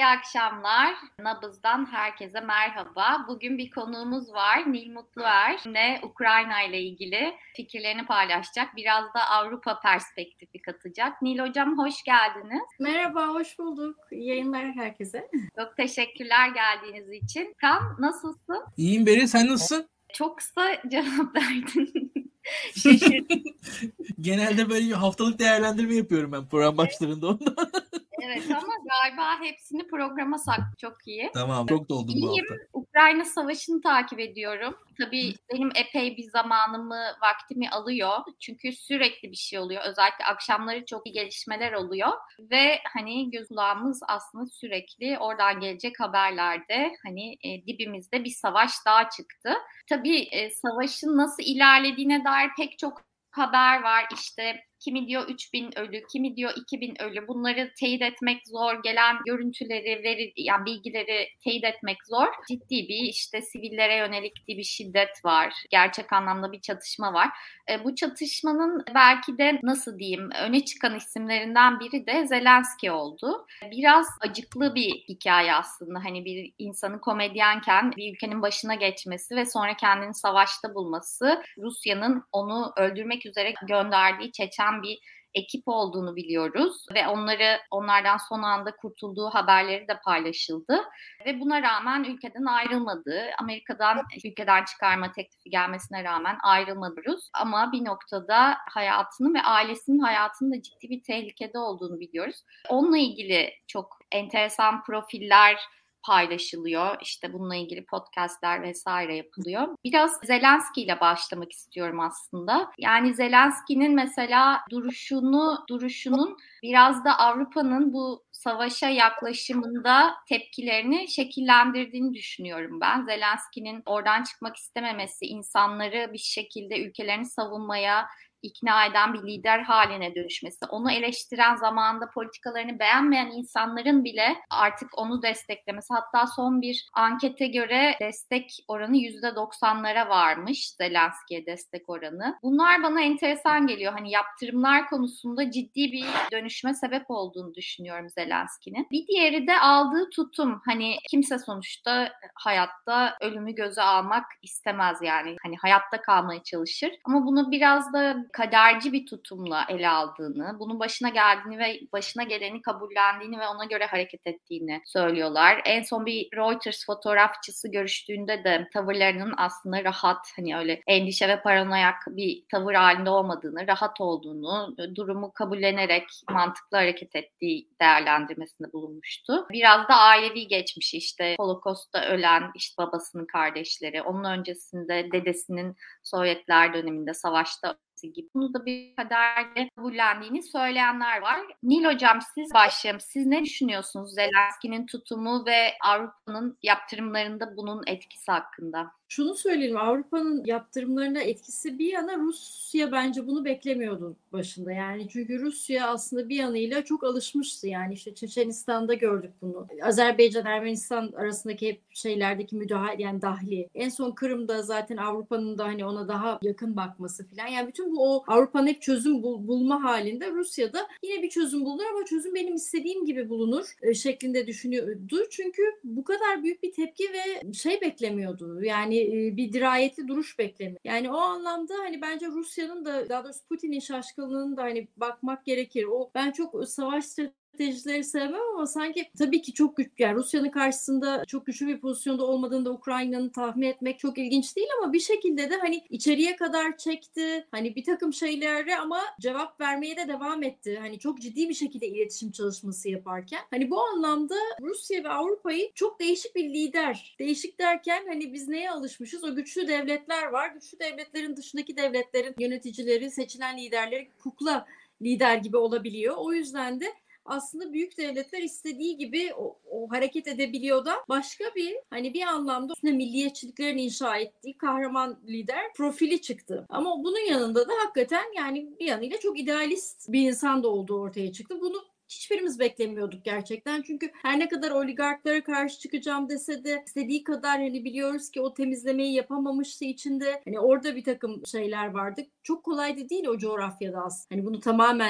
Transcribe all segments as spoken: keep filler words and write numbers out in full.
akşamlar. Nabız'dan herkese merhaba. Bugün bir konuğumuz var. Nil Mutluer. Yine Ukrayna ile ilgili fikirlerini paylaşacak. Biraz da Avrupa perspektifi katacak. Nil Hocam hoş geldiniz. Merhaba, hoş bulduk. İyi yayınlar herkese. Çok teşekkürler geldiğiniz için. Kan, nasılsın? İyiyim Beri, sen nasılsın? Çok kısa cevap verdin. Şaşırdım. Genelde böyle haftalık değerlendirme yapıyorum ben program başlarında ondan. Evet ama galiba hepsini programa saklı. Çok iyi. Tamam, çok doldum bu İyiyim. hafta. Ukrayna Savaşı'nı takip ediyorum. Tabii benim epey bir zamanımı, vaktimi alıyor. Çünkü sürekli bir şey oluyor. Özellikle akşamları çok iyi gelişmeler oluyor. Ve hani göz kulağımız aslında sürekli oradan gelecek haberlerde hani e, dibimizde bir savaş daha çıktı. Tabii e, savaşın nasıl ilerlediğine dair pek çok haber var. İşte kimi diyor üç bin ölü, kimi diyor iki bin ölü. Bunları teyit etmek zor. Gelen görüntüleri, veri, yani bilgileri teyit etmek zor. Ciddi bir işte sivillere yönelik bir şiddet var. Gerçek anlamda bir çatışma var. E, bu çatışmanın belki de nasıl diyeyim öne çıkan isimlerinden biri de Zelenski oldu. Biraz acıklı bir hikaye aslında. Hani bir insanın komedyenken bir ülkenin başına geçmesi ve sonra kendini savaşta bulması, Rusya'nın onu öldürmek üzere gönderdiği Çeçen bir ekip olduğunu biliyoruz ve onları onlardan son anda kurtulduğu haberleri de paylaşıldı ve buna rağmen ülkeden ayrılmadığı, Amerika'dan ülkeden çıkarma teklifi gelmesine rağmen ayrılmıyoruz ama bir noktada hayatının ve ailesinin hayatının da ciddi bir tehlikede olduğunu biliyoruz. Onunla ilgili çok enteresan profiller paylaşılıyor. İşte bununla ilgili podcastler vesaire yapılıyor. Biraz Zelenski ile başlamak istiyorum aslında. Yani Zelenski'nin mesela duruşunu, duruşunun biraz da Avrupa'nın bu savaşa yaklaşımında tepkilerini şekillendirdiğini düşünüyorum ben. Zelenski'nin oradan çıkmak istememesi, insanları bir şekilde ülkelerini savunmaya ikna eden bir lider haline dönüşmesi, onu eleştiren zamanında politikalarını beğenmeyen insanların bile artık onu desteklemesi, hatta son bir ankete göre destek oranı yüzde doksanlara varmış, Zelenski'ye destek oranı. Bunlar bana enteresan geliyor. Hani yaptırımlar konusunda ciddi bir dönüşme sebep olduğunu düşünüyorum Zelenski'nin. Bir diğeri de aldığı tutum. Hani kimse sonuçta hayatta ölümü göze almak istemez yani. Hani hayatta kalmaya çalışır. Ama bunu biraz da kaderci bir tutumla ele aldığını, bunun başına geldiğini ve başına geleni kabullendiğini ve ona göre hareket ettiğini söylüyorlar. En son bir Reuters fotoğrafçısı görüştüğünde de tavırlarının aslında rahat, hani öyle endişe ve paranoyak bir tavır halinde olmadığını, rahat olduğunu, durumu kabullenerek mantıklı hareket ettiği değerlendirmesinde bulunmuştu. Biraz da ailevi geçmişi, işte Holokost'ta ölen işte babasının kardeşleri, onun öncesinde dedesinin Sovyetler döneminde savaşta gibi. Bunu da bir kaderle kabullendiğini söyleyenler var. Nil Hocam, siz başlayalım. Siz ne düşünüyorsunuz Zelenski'nin tutumu ve Avrupa'nın yaptırımlarında bunun etkisi hakkında? Şunu söyleyelim, Avrupa'nın yaptırımlarına etkisi bir yana, Rusya bence bunu beklemiyordu başında. Yani çünkü Rusya aslında bir yanıyla çok alışmıştı. Yani işte Çeçenistan'da gördük bunu. Azerbaycan, Ermenistan arasındaki hep şeylerdeki müdahale, yani dahli. En son Kırım'da zaten Avrupa'nın da hani ona daha yakın bakması falan. Yani bütün bu o Avrupa'nın hep çözüm bul- bulma halinde, Rusya'da yine bir çözüm bulunur ama çözüm benim istediğim gibi bulunur e, şeklinde düşünüyordu. Çünkü bu kadar büyük bir tepki ve şey beklemiyordu. Yani bir dirayetli duruş beklemiyor. Yani o anlamda hani bence Rusya'nın da, daha doğrusu Putin'in şaşkınlığını da hani bakmak gerekir. O, ben çok savaş stratejileri sevmem ama sanki tabii ki çok güçlü, yani Rusya'nın karşısında çok güçlü bir pozisyonda olmadığını da Ukrayna'nın tahmin etmek çok ilginç değil ama bir şekilde de hani içeriye kadar çekti. Hani bir takım şeylere ama cevap vermeye de devam etti. Hani çok ciddi bir şekilde iletişim çalışması yaparken. Hani bu anlamda Rusya ve Avrupa'yı çok değişik bir lider. Değişik derken hani biz neye alışmışız? O güçlü devletler var. Güçlü devletlerin dışındaki devletlerin yöneticileri, seçilen liderleri kukla lider gibi olabiliyor. O yüzden de aslında büyük devletler istediği gibi o, o hareket edebiliyor da başka bir, hani bir anlamda üstüne milliyetçiliklerin inşa ettiği kahraman lider profili çıktı. Ama bunun yanında da hakikaten yani bir yanıyla çok idealist bir insan da olduğu ortaya çıktı. Bunu hiçbirimiz beklemiyorduk gerçekten. Çünkü her ne kadar oligarklara karşı çıkacağım dese de istediği kadar hani biliyoruz ki o temizlemeyi yapamamıştı içinde. Hani orada bir takım şeyler vardı. Çok kolay da değil o coğrafyada aslında. Hani bunu tamamen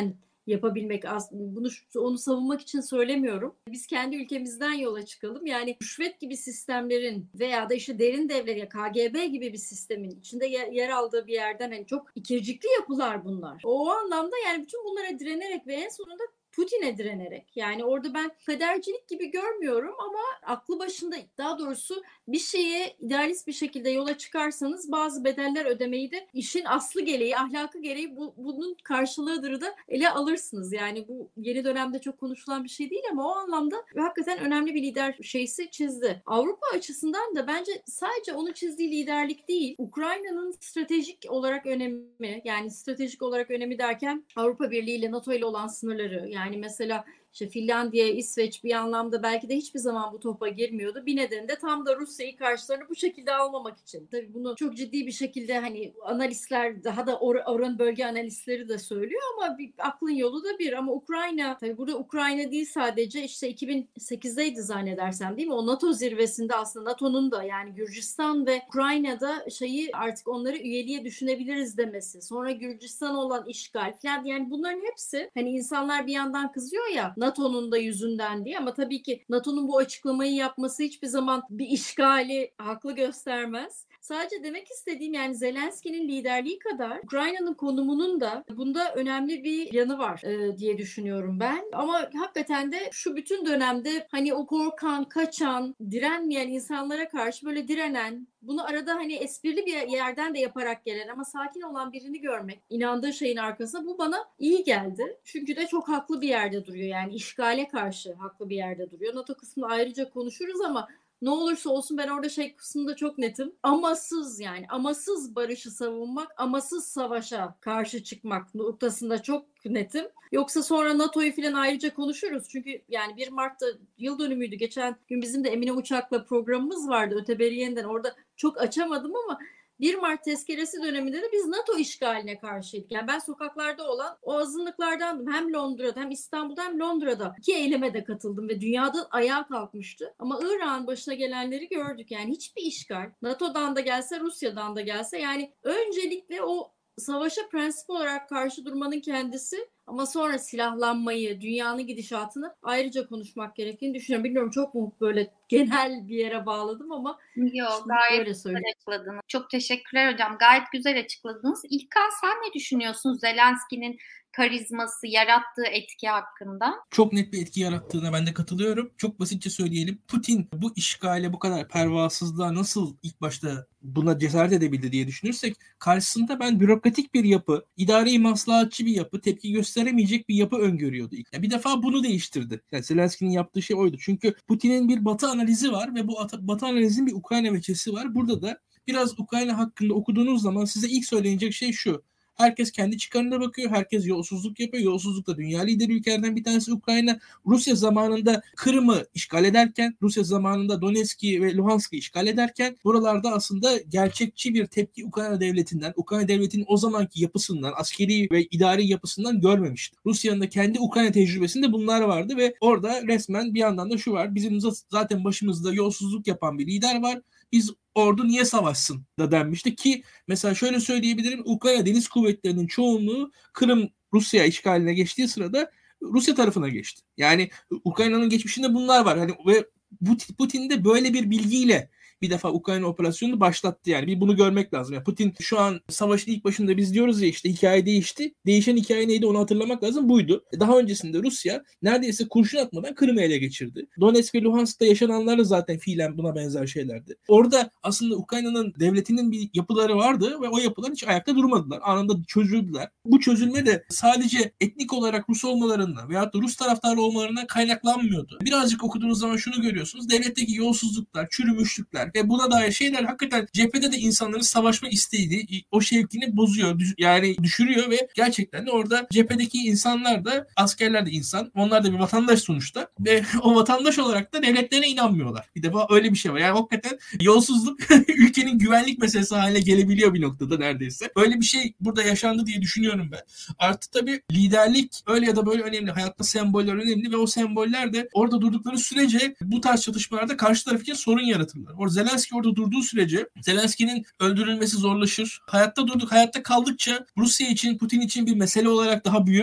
yapabilmek. Bunu onu savunmak için söylemiyorum. Biz kendi ülkemizden yola çıkalım. Yani rüşvet gibi sistemlerin veya da işte derin devlet ya K G B gibi bir sistemin içinde yer aldığı bir yerden hani çok ikircikli yapılar bunlar. O anlamda yani bütün bunlara direnerek ve en sonunda Putin'e direnerek. Yani orada ben kadercilik gibi görmüyorum ama aklı başında, daha doğrusu bir şeye idealist bir şekilde yola çıkarsanız bazı bedeller ödemeyi de işin aslı gereği, ahlakı gereği bu, bunun karşılığıdır da ele alırsınız. Yani bu yeni dönemde çok konuşulan bir şey değil ama o anlamda hakikaten önemli bir lider şeysi çizdi. Avrupa açısından da bence sadece onu çizdiği liderlik değil, Ukrayna'nın stratejik olarak önemi, yani stratejik olarak önemi derken Avrupa Birliği ile NATO ile olan sınırları, yani mesela işte Finlandiya, İsveç bir anlamda belki de hiçbir zaman bu topa girmiyordu. Bir nedeni de tam da Rusya'yı karşılarına bu şekilde almamak için. Tabii bunu çok ciddi bir şekilde hani analistler, daha da or- oranın bölge analistleri de söylüyor ama bir, aklın yolu da bir. Ama Ukrayna, tabii burada Ukrayna değil sadece, işte iki bin sekizdeydi zannedersem değil mi? O NATO zirvesinde aslında NATO'nun da yani Gürcistan ve Ukrayna'da şeyi artık onları üyeliğe düşünebiliriz demesi. Sonra Gürcistan olan işgal falan, yani bunların hepsi hani insanlar bir yandan kızıyor ya NATO'nun da yüzünden diye, ama tabii ki NATO'nun bu açıklamayı yapması hiçbir zaman bir işgali haklı göstermez. Sadece demek istediğim, yani Zelenski'nin liderliği kadar Ukrayna'nın konumunun da bunda önemli bir yanı var e, diye düşünüyorum ben. Ama hakikaten de şu bütün dönemde hani o korkan, kaçan, direnmeyen insanlara karşı böyle direnen, bunu arada hani esprili bir yerden de yaparak gelen ama sakin olan birini görmek, inandığı şeyin arkasında, bu bana iyi geldi. Çünkü de çok haklı bir yerde duruyor. Yani işgale karşı haklı bir yerde duruyor. NATO kısmını ayrıca konuşuruz ama ne olursa olsun ben orada şey kısmında çok netim. Amasız, yani amasız barışı savunmak, amasız savaşa karşı çıkmak noktasında çok netim. Yoksa sonra NATO'yu falan ayrıca konuşuruz. Çünkü yani bir Mart'ta yıl dönümüydü. Geçen gün bizim de Emine Uçak'la programımız vardı Öteberiyen'den. Orada çok açamadım ama bir Mart tezkeresi döneminde de biz NATO işgaline karşıydık. Yani ben sokaklarda olan o azınlıklardandım. Hem Londra'da hem İstanbul'da hem Londra'da iki eyleme de katıldım ve dünyada ayağa kalkmıştı. Ama Irak'ın başına gelenleri gördük. Yani hiçbir işgal, NATO'dan da gelse, Rusya'dan da gelse, yani öncelikle o savaşa prensip olarak karşı durmanın kendisi, ama sonra silahlanmayı, dünyanın gidişatını ayrıca konuşmak gerektiğini düşünüyorum. Bilmiyorum, çok mu böyle genel bir yere bağladım ama yok, gayet güzel açıkladınız. Çok teşekkürler hocam. Gayet güzel açıkladınız. İlkan, sen ne düşünüyorsun Zelenski'nin karizması, yarattığı etki hakkında? Çok net bir etki yarattığına ben de katılıyorum. Çok basitçe söyleyelim. Putin bu işgale, bu kadar pervasızlığa nasıl ilk başta buna cesaret edebildi diye düşünürsek, karşısında ben bürokratik bir yapı, idari maslahatçı bir yapı, tepki gösteremeyecek bir yapı öngörüyordu. Yani bir defa bunu değiştirdi. Yani Zelenski'nin yaptığı şey oydu. Çünkü Putin'in bir Batı analizi var ve bu Batı analizinin bir Ukrayna veçesi var. Burada da biraz Ukrayna hakkında okuduğunuz zaman size ilk söylenecek şey şu: herkes kendi çıkarına bakıyor. Herkes yolsuzluk yapıyor. Yolsuzlukta dünya lideri ülkelerden bir tanesi Ukrayna. Rusya zamanında Kırım'ı işgal ederken, Rusya zamanında Donetsk'i ve Luhansk'ı işgal ederken, buralarda aslında gerçekçi bir tepki Ukrayna devletinden, Ukrayna devletinin o zamanki yapısından, askeri ve idari yapısından görmemişti. Rusya'nın da kendi Ukrayna tecrübesinde bunlar vardı ve orada resmen bir yandan da şu var: bizim zaten başımızda yolsuzluk yapan bir lider var. Biz ordu niye savaşsın da denmişti ki, mesela şöyle söyleyebilirim: Ukrayna Deniz Kuvvetleri'nin çoğunluğu Kırım Rusya işgaline geçtiği sırada Rusya tarafına geçti. Yani Ukrayna'nın geçmişinde bunlar var. Hani ve Putin de böyle bir bilgiyle bir defa Ukrayna operasyonunu başlattı. Yani bir bunu görmek lazım. Yani Putin şu an savaşın ilk başında biz diyoruz ya işte hikaye değişti. Değişen hikaye neydi, onu hatırlamak lazım, buydu. Daha öncesinde Rusya neredeyse kurşun atmadan Kırım'ı ele geçirdi. Donetsk ve Luhansk'ta yaşananlar da zaten fiilen buna benzer şeylerdi. Orada aslında Ukrayna'nın devletinin bir yapıları vardı ve o yapılar hiç ayakta durmadılar. Anında çözüldüler. Bu çözülme de sadece etnik olarak Rus olmalarından veyahut da Rus taraftarı olmalarından kaynaklanmıyordu. Birazcık okuduğunuz zaman şunu görüyorsunuz: devletteki yolsuzluklar, çürümüşlükler ve buna dair şeyler hakikaten cephede de insanların savaşma isteğini, o şevkini bozuyor. Yani düşürüyor ve gerçekten de orada cephedeki insanlar da, askerler de insan. Onlar da bir vatandaş sonuçta ve o vatandaş olarak da devletlerine inanmıyorlar. Bir defa öyle bir şey var. Yani hakikaten yolsuzluk ülkenin güvenlik meselesi haline gelebiliyor bir noktada neredeyse. Öyle bir şey burada yaşandı diye düşünüyorum ben. Artı tabii liderlik öyle ya da böyle önemli. Hayatta semboller önemli ve o semboller de orada durdukları sürece bu tarz çatışmalarda karşı taraf için sorun yaratırlar. Orada Zelenski orada durduğu sürece Zelenski'nin öldürülmesi zorlaşır. Hayatta durduk, hayatta kaldıkça Rusya için, Putin için bir mesele olarak daha büyür.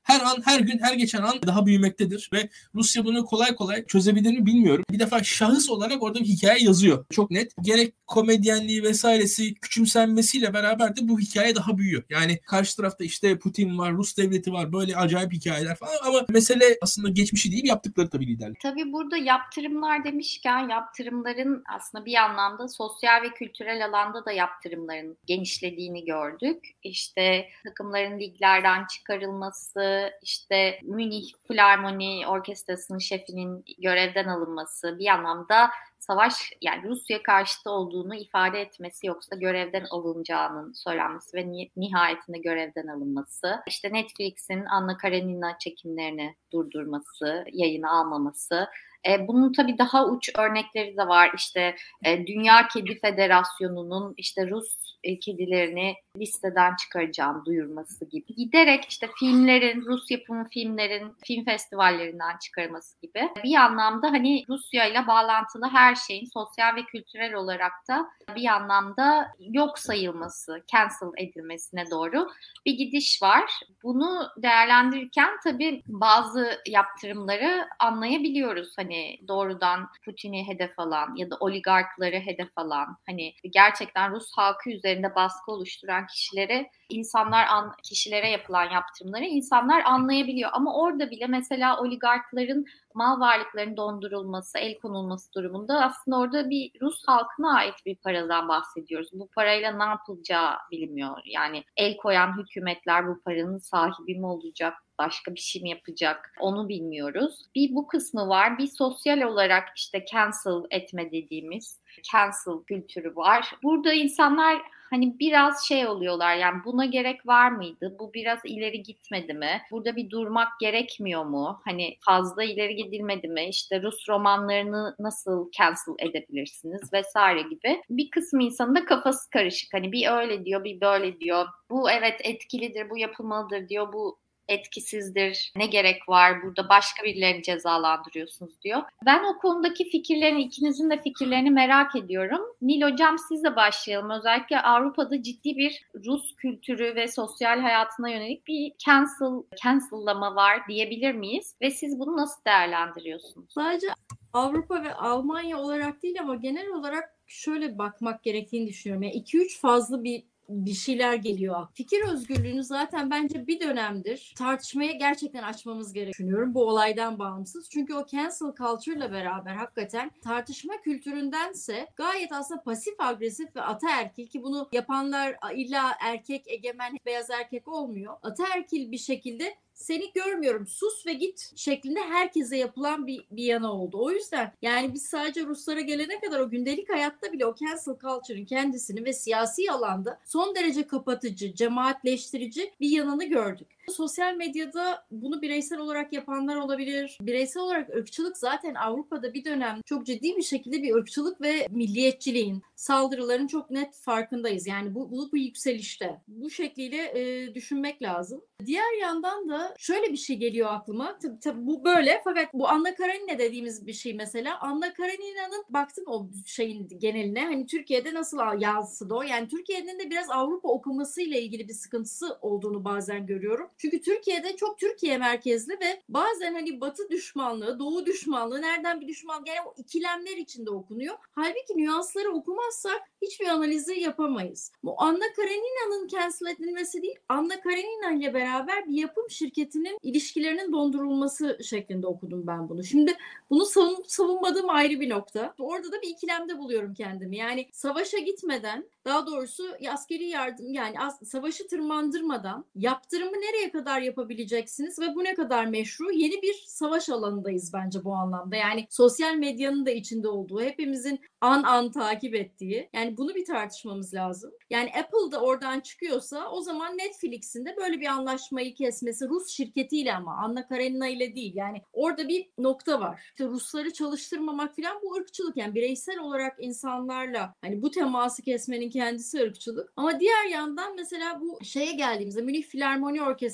her an, her gün, her geçen an daha büyümektedir ve Rusya bunu kolay kolay çözebilir mi bilmiyorum. Bir defa şahıs olarak orada bir hikaye yazıyor. Çok net. Gerek komedyenliği vesairesi küçümsenmesiyle beraber de bu hikaye daha büyüyor. Yani karşı tarafta işte Putin var, Rus devleti var, böyle acayip hikayeler falan ama mesele aslında geçmişi değil, yaptıkları tabii liderlik. Tabii burada yaptırımlar demişken yaptırımların aslında bir anlamda sosyal ve kültürel alanda da yaptırımların genişlediğini gördük. İşte takımların liglerden çıkarılması, işte Münih Filarmoni Orkestrası'nın şefinin görevden alınması, bir anlamda savaş, yani Rusya karşıtı olduğunu ifade etmesi, yoksa görevden alınacağının söylenmesi ve nihayetinde görevden alınması. İşte Netflix'in Anna Karenina çekimlerini durdurması, yayını almaması. E, bunun tabii daha uç örnekleri de var. İşte e, Dünya Kedi Federasyonu'nun işte Rus e, kedilerini listeden çıkaracağını duyurması gibi. Giderek işte filmlerin, Rus yapımı filmlerin film festivallerinden çıkarılması gibi. Bir anlamda hani Rusya ile bağlantılı her şeyin sosyal ve kültürel olarak da bir anlamda yok sayılması, cancel edilmesine doğru bir gidiş var. Bunu değerlendirirken tabii bazı yaptırımları anlayabiliyoruz. Hani doğrudan Putin'i hedef alan ya da oligarkları hedef alan, hani gerçekten Rus halkı üzerinde baskı oluşturan kişileri, insanlar an, kişilere yapılan yaptırımları insanlar anlayabiliyor. Ama orada bile mesela oligarkların mal varlıklarının dondurulması, el konulması durumunda aslında orada bir Rus halkına ait bir paradan bahsediyoruz. Bu parayla ne yapılacağı bilinmiyor. Yani el koyan hükümetler bu paranın sahibi mi olacak, başka bir şey mi yapacak, onu bilmiyoruz. Bir bu kısmı var. Bir sosyal olarak işte cancel etme dediğimiz cancel kültürü var. Burada insanlar hani biraz şey oluyorlar, yani buna gerek var mıydı? Bu biraz ileri gitmedi mi? Burada bir durmak gerekmiyor mu? Hani fazla ileri gidilmedi mi? İşte Rus romanlarını nasıl cancel edebilirsiniz vesaire gibi. Bir kısmı insanın da kafası karışık. Hani bir öyle diyor, bir böyle diyor. Bu evet etkilidir, bu yapılmalıdır diyor. Bu etkisizdir, ne gerek var, burada başka birilerini cezalandırıyorsunuz diyor. Ben o konudaki fikirlerini, ikinizin de fikirlerini merak ediyorum. Nil Hocam, sizle başlayalım. Özellikle Avrupa'da ciddi bir Rus kültürü ve sosyal hayatına yönelik bir cancel, cancellama var diyebilir miyiz? Ve siz bunu nasıl değerlendiriyorsunuz? Sadece Avrupa ve Almanya olarak değil ama genel olarak şöyle bakmak gerektiğini düşünüyorum. Yani iki üç fazla bir bir şeyler geliyor. Fikir özgürlüğünü zaten bence bir dönemdir tartışmaya gerçekten açmamız gerekiyor düşünüyorum, bu olaydan bağımsız. Çünkü o cancel culture ile beraber hakikaten tartışma kültüründense gayet aslında pasif agresif ve ataerkil, ki bunu yapanlar illa erkek egemen beyaz erkek olmuyor. Ataerkil bir şekilde seni görmüyorum, sus ve git şeklinde herkese yapılan bir, bir yana oldu. O yüzden yani biz sadece Ruslara gelene kadar o gündelik hayatta bile o cancel culture'ın kendisini ve siyasi alanda son derece kapatıcı, cemaatleştirici bir yanını gördük. Sosyal medyada bunu bireysel olarak yapanlar olabilir. Bireysel olarak ırkçılık zaten Avrupa'da bir dönem çok ciddi bir şekilde bir ırkçılık ve milliyetçiliğin, saldırıların çok net farkındayız. Yani bu, bu, bu yükselişte. Bu şekliyle e, düşünmek lazım. Diğer yandan da şöyle bir şey geliyor aklıma. Tabii, tabii bu böyle, fakat bu Anna Karenina dediğimiz bir şey mesela. Anna Karenina'nın baktım o şeyin geneline, hani Türkiye'de nasıl yansıdı o? Yani Türkiye'nin de biraz Avrupa okumasıyla ilgili bir sıkıntısı olduğunu bazen görüyorum. Çünkü Türkiye'de çok Türkiye merkezli ve bazen hani Batı düşmanlığı, Doğu düşmanlığı, nereden bir düşman, yani o ikilemler içinde okunuyor. Halbuki nüansları okumazsak hiçbir analizi yapamayız. Bu Anna Karenina'nın cancel edilmesi değil, Anna Karenina ile beraber bir yapım şirketinin ilişkilerinin dondurulması şeklinde okudum ben bunu. Şimdi bunu savun, savunmadığım ayrı bir nokta. Orada da bir ikilemde buluyorum kendimi. Yani savaşa gitmeden, daha doğrusu askeri yardım, yani savaşı tırmandırmadan yaptırımı nereye kadar yapabileceksiniz ve bu ne kadar meşru? Yeni bir savaş alanındayız bence bu anlamda. Yani sosyal medyanın da içinde olduğu, hepimizin an an takip ettiği, yani bunu bir tartışmamız lazım. Yani Apple da oradan çıkıyorsa o zaman Netflix'in de böyle bir anlaşmayı kesmesi, Rus şirketiyle ama Anna Karenina ile değil. Yani orada bir nokta var. İşte Rusları çalıştırmamak falan, bu ırkçılık. Yani bireysel olarak insanlarla hani bu teması kesmenin kendisi ırkçılık. Ama diğer yandan mesela bu şeye geldiğimizde, Münih Filarmoni Orkestrası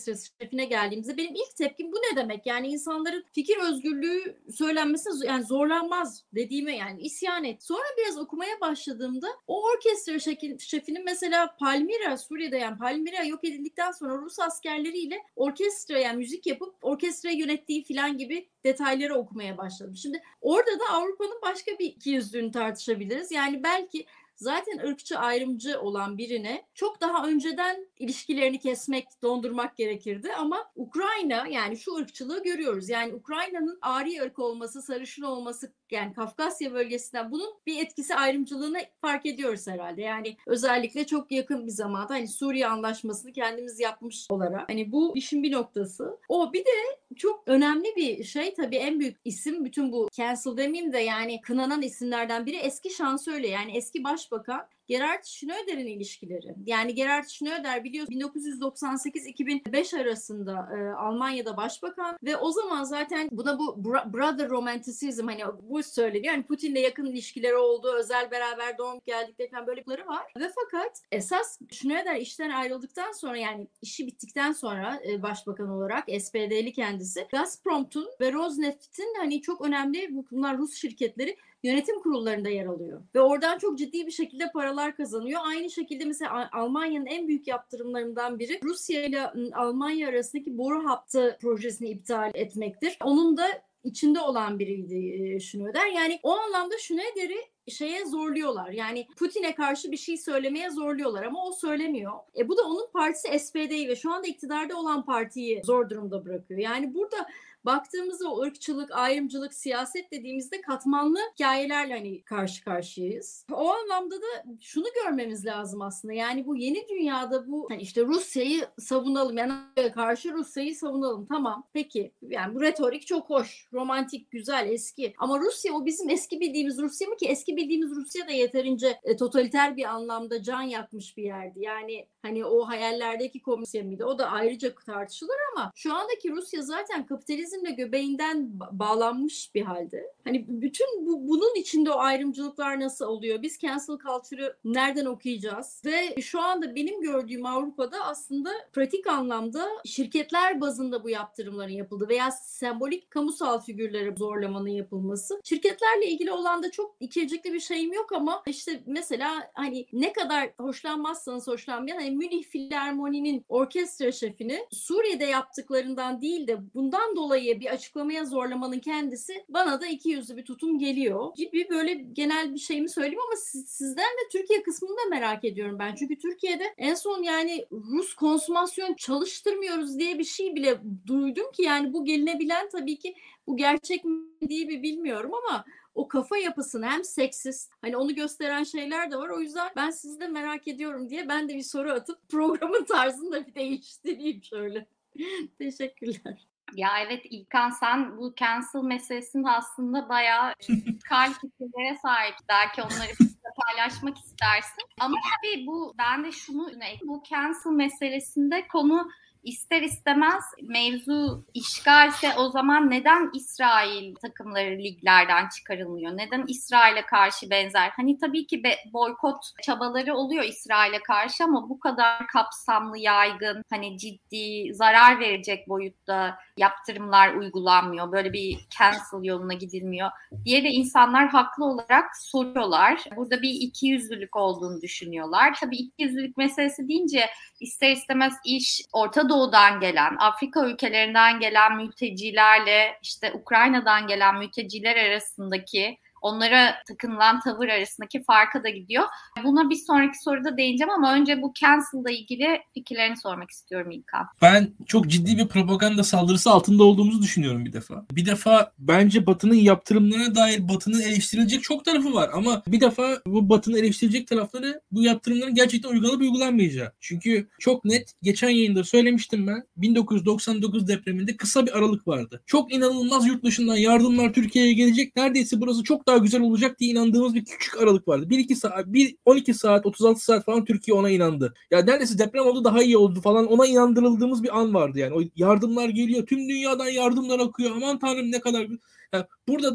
orkestrası şefine geldiğimizde benim ilk tepkim bu ne demek? Yani insanların fikir özgürlüğü söylenmesi yani zorlanmaz dediğime yani isyan et. Sonra biraz okumaya başladığımda o orkestra şefinin mesela Palmira, Suriye'de yani Palmira yok edildikten sonra Rus askerleriyle orkestra yani müzik yapıp orkestrayı yönettiği falan gibi detayları okumaya başladım. Şimdi orada da Avrupa'nın başka bir ikiyüzlülüğünü tartışabiliriz. Yani belki zaten ırkçı, ayrımcı olan birine çok daha önceden ilişkilerini kesmek, dondurmak gerekirdi. Ama Ukrayna yani şu ırkçılığı görüyoruz. Yani Ukrayna'nın Arya ırk olması, sarışın olması yani Kafkasya bölgesinden bunun bir etkisi ayrımcılığını fark ediyoruz herhalde. Yani özellikle çok yakın bir zamanda hani Suriye Anlaşması'nı kendimiz yapmış olarak. Hani bu işin bir noktası. O bir de çok önemli bir şey tabii en büyük isim bütün bu cancel demeyeyim de yani kınanan isimlerden biri eski şansölye yani eski başbakan Gerhard Schröder'in ilişkileri. Yani Gerhard Schröder biliyorsunuz bin dokuz yüz doksan sekiz iki bin beş arasında e, Almanya'da başbakan ve o zaman zaten buna bu brother romanticizm hani bu söyleniyor. Yani Putin'le yakın ilişkileri oldu, özel beraber doğum geldikleri falan böyle şeyleri var. Ve fakat esas Schröder işten ayrıldıktan sonra yani işi bittikten sonra e, başbakan olarak S P D'li kendisi Gazprom'un ve Rosneft'in hani çok önemli bunlar Rus şirketleri yönetim kurullarında yer alıyor. Ve oradan çok ciddi bir şekilde paralar kazanıyor. Aynı şekilde mesela Almanya'nın en büyük yaptırımlarından biri Rusya ile Almanya arasındaki boru hattı projesini iptal etmektir. Onun da içinde olan biriydi Schröder. Yani o anlamda Schröder'i şeye zorluyorlar. Yani Putin'e karşı bir şey söylemeye zorluyorlar ama o söylemiyor. E bu da onun partisi S P D'yi ve şu anda iktidarda olan partiyi zor durumda bırakıyor. Yani burada baktığımızda o ırkçılık, ayrımcılık, siyaset dediğimizde katmanlı hikayelerle hani karşı karşıyayız. O anlamda da şunu görmemiz lazım aslında. Yani bu yeni dünyada bu hani işte Rusya'yı savunalım. Yani karşı Rusya'yı savunalım. Tamam. Peki. Yani bu retorik çok hoş. Romantik, güzel, eski. Ama Rusya o bizim eski bildiğimiz Rusya mı ki? Eski bildiğimiz Rusya da yeterince e, totaliter bir anlamda can yakmış bir yerdi. Yani hani o hayallerdeki komünist miydi? O da ayrıca tartışılır ama şu andaki Rusya zaten kapitalizmle göbeğinden bağlanmış bir halde. Hani bütün bu, bunun içinde o ayrımcılıklar nasıl oluyor? Biz cancel culture'ı nereden okuyacağız? Ve şu anda benim gördüğüm Avrupa'da aslında pratik anlamda şirketler bazında bu yaptırımların yapıldı veya sembolik kamusal figürlere zorlamanın yapılması. Şirketlerle ilgili olan da çok ikircikli bir şeyim yok ama işte mesela hani ne kadar hoşlanmazsanız hoşlanmayan hani Münih Filarmoni'nin orkestra şefini Suriye'de yaptıklarından değil de bundan dolayı bir açıklamaya zorlamanın kendisi bana da ikiyüzlü bir tutum geliyor gibi böyle genel bir şeyimi söyleyeyim ama siz, sizden de Türkiye kısmını da merak ediyorum ben. Çünkü Türkiye'de en son yani Rus konsumasyon çalıştırmıyoruz diye bir şey bile duydum ki yani bu gelinebilen tabii ki bu gerçek mi diye bir bilmiyorum ama o kafa yapısını hem seksist hani onu gösteren şeyler de var. O yüzden ben sizi de merak ediyorum diye ben de bir soru atıp programın tarzını da bir değiştireyim şöyle. Teşekkürler. Ya evet İlkan sen bu cancel meselesinin aslında bayağı kal fikirlere sahip. Belki onları bizle paylaşmak istersin. Ama tabii bu ben de şunu bu cancel meselesinde konu İster istemez mevzu işgalse o zaman neden İsrail takımları liglerden çıkarılmıyor? Neden İsrail'e karşı benzer? Hani tabii ki boykot çabaları oluyor İsrail'e karşı ama bu kadar kapsamlı, yaygın, hani ciddi, zarar verecek boyutta yaptırımlar uygulanmıyor. Böyle bir cancel yoluna gidilmiyor diye de insanlar haklı olarak soruyorlar. Burada bir ikiyüzlülük olduğunu düşünüyorlar. Tabii ikiyüzlülük meselesi deyince ister istemez iş Orta Doğu'dan gelen, Afrika ülkelerinden gelen mültecilerle işte Ukrayna'dan gelen mülteciler arasındaki onlara takınılan tavır arasındaki farka da gidiyor. Buna bir sonraki soruda değineceğim ama önce bu cancel'la ilgili fikirlerini sormak istiyorum İlkan. Ben çok ciddi bir propaganda saldırısı altında olduğumuzu düşünüyorum bir defa. Bir defa bence Batı'nın yaptırımlarına dair Batı'nın eleştirilecek çok tarafı var ama bir defa bu Batı'nın eleştirilecek tarafları bu yaptırımların gerçekten uygulanıp uygulanmayacağı. Çünkü çok net geçen yayında söylemiştim ben bin dokuz yüz doksan dokuz depreminde kısa bir aralık vardı. Çok inanılmaz yurt dışından yardımlar Türkiye'ye gelecek. Neredeyse burası çok daha güzel olacak diye inandığımız bir küçük aralık vardı. bir iki saat, bir on iki saat, otuz altı saat falan Türkiye ona inandı. Ya neredeyse deprem oldu daha iyi oldu falan ona inandırıldığımız bir an vardı yani. O yardımlar geliyor. Tüm dünyadan yardımlar akıyor. Aman tanrım ne kadar. Yani burada da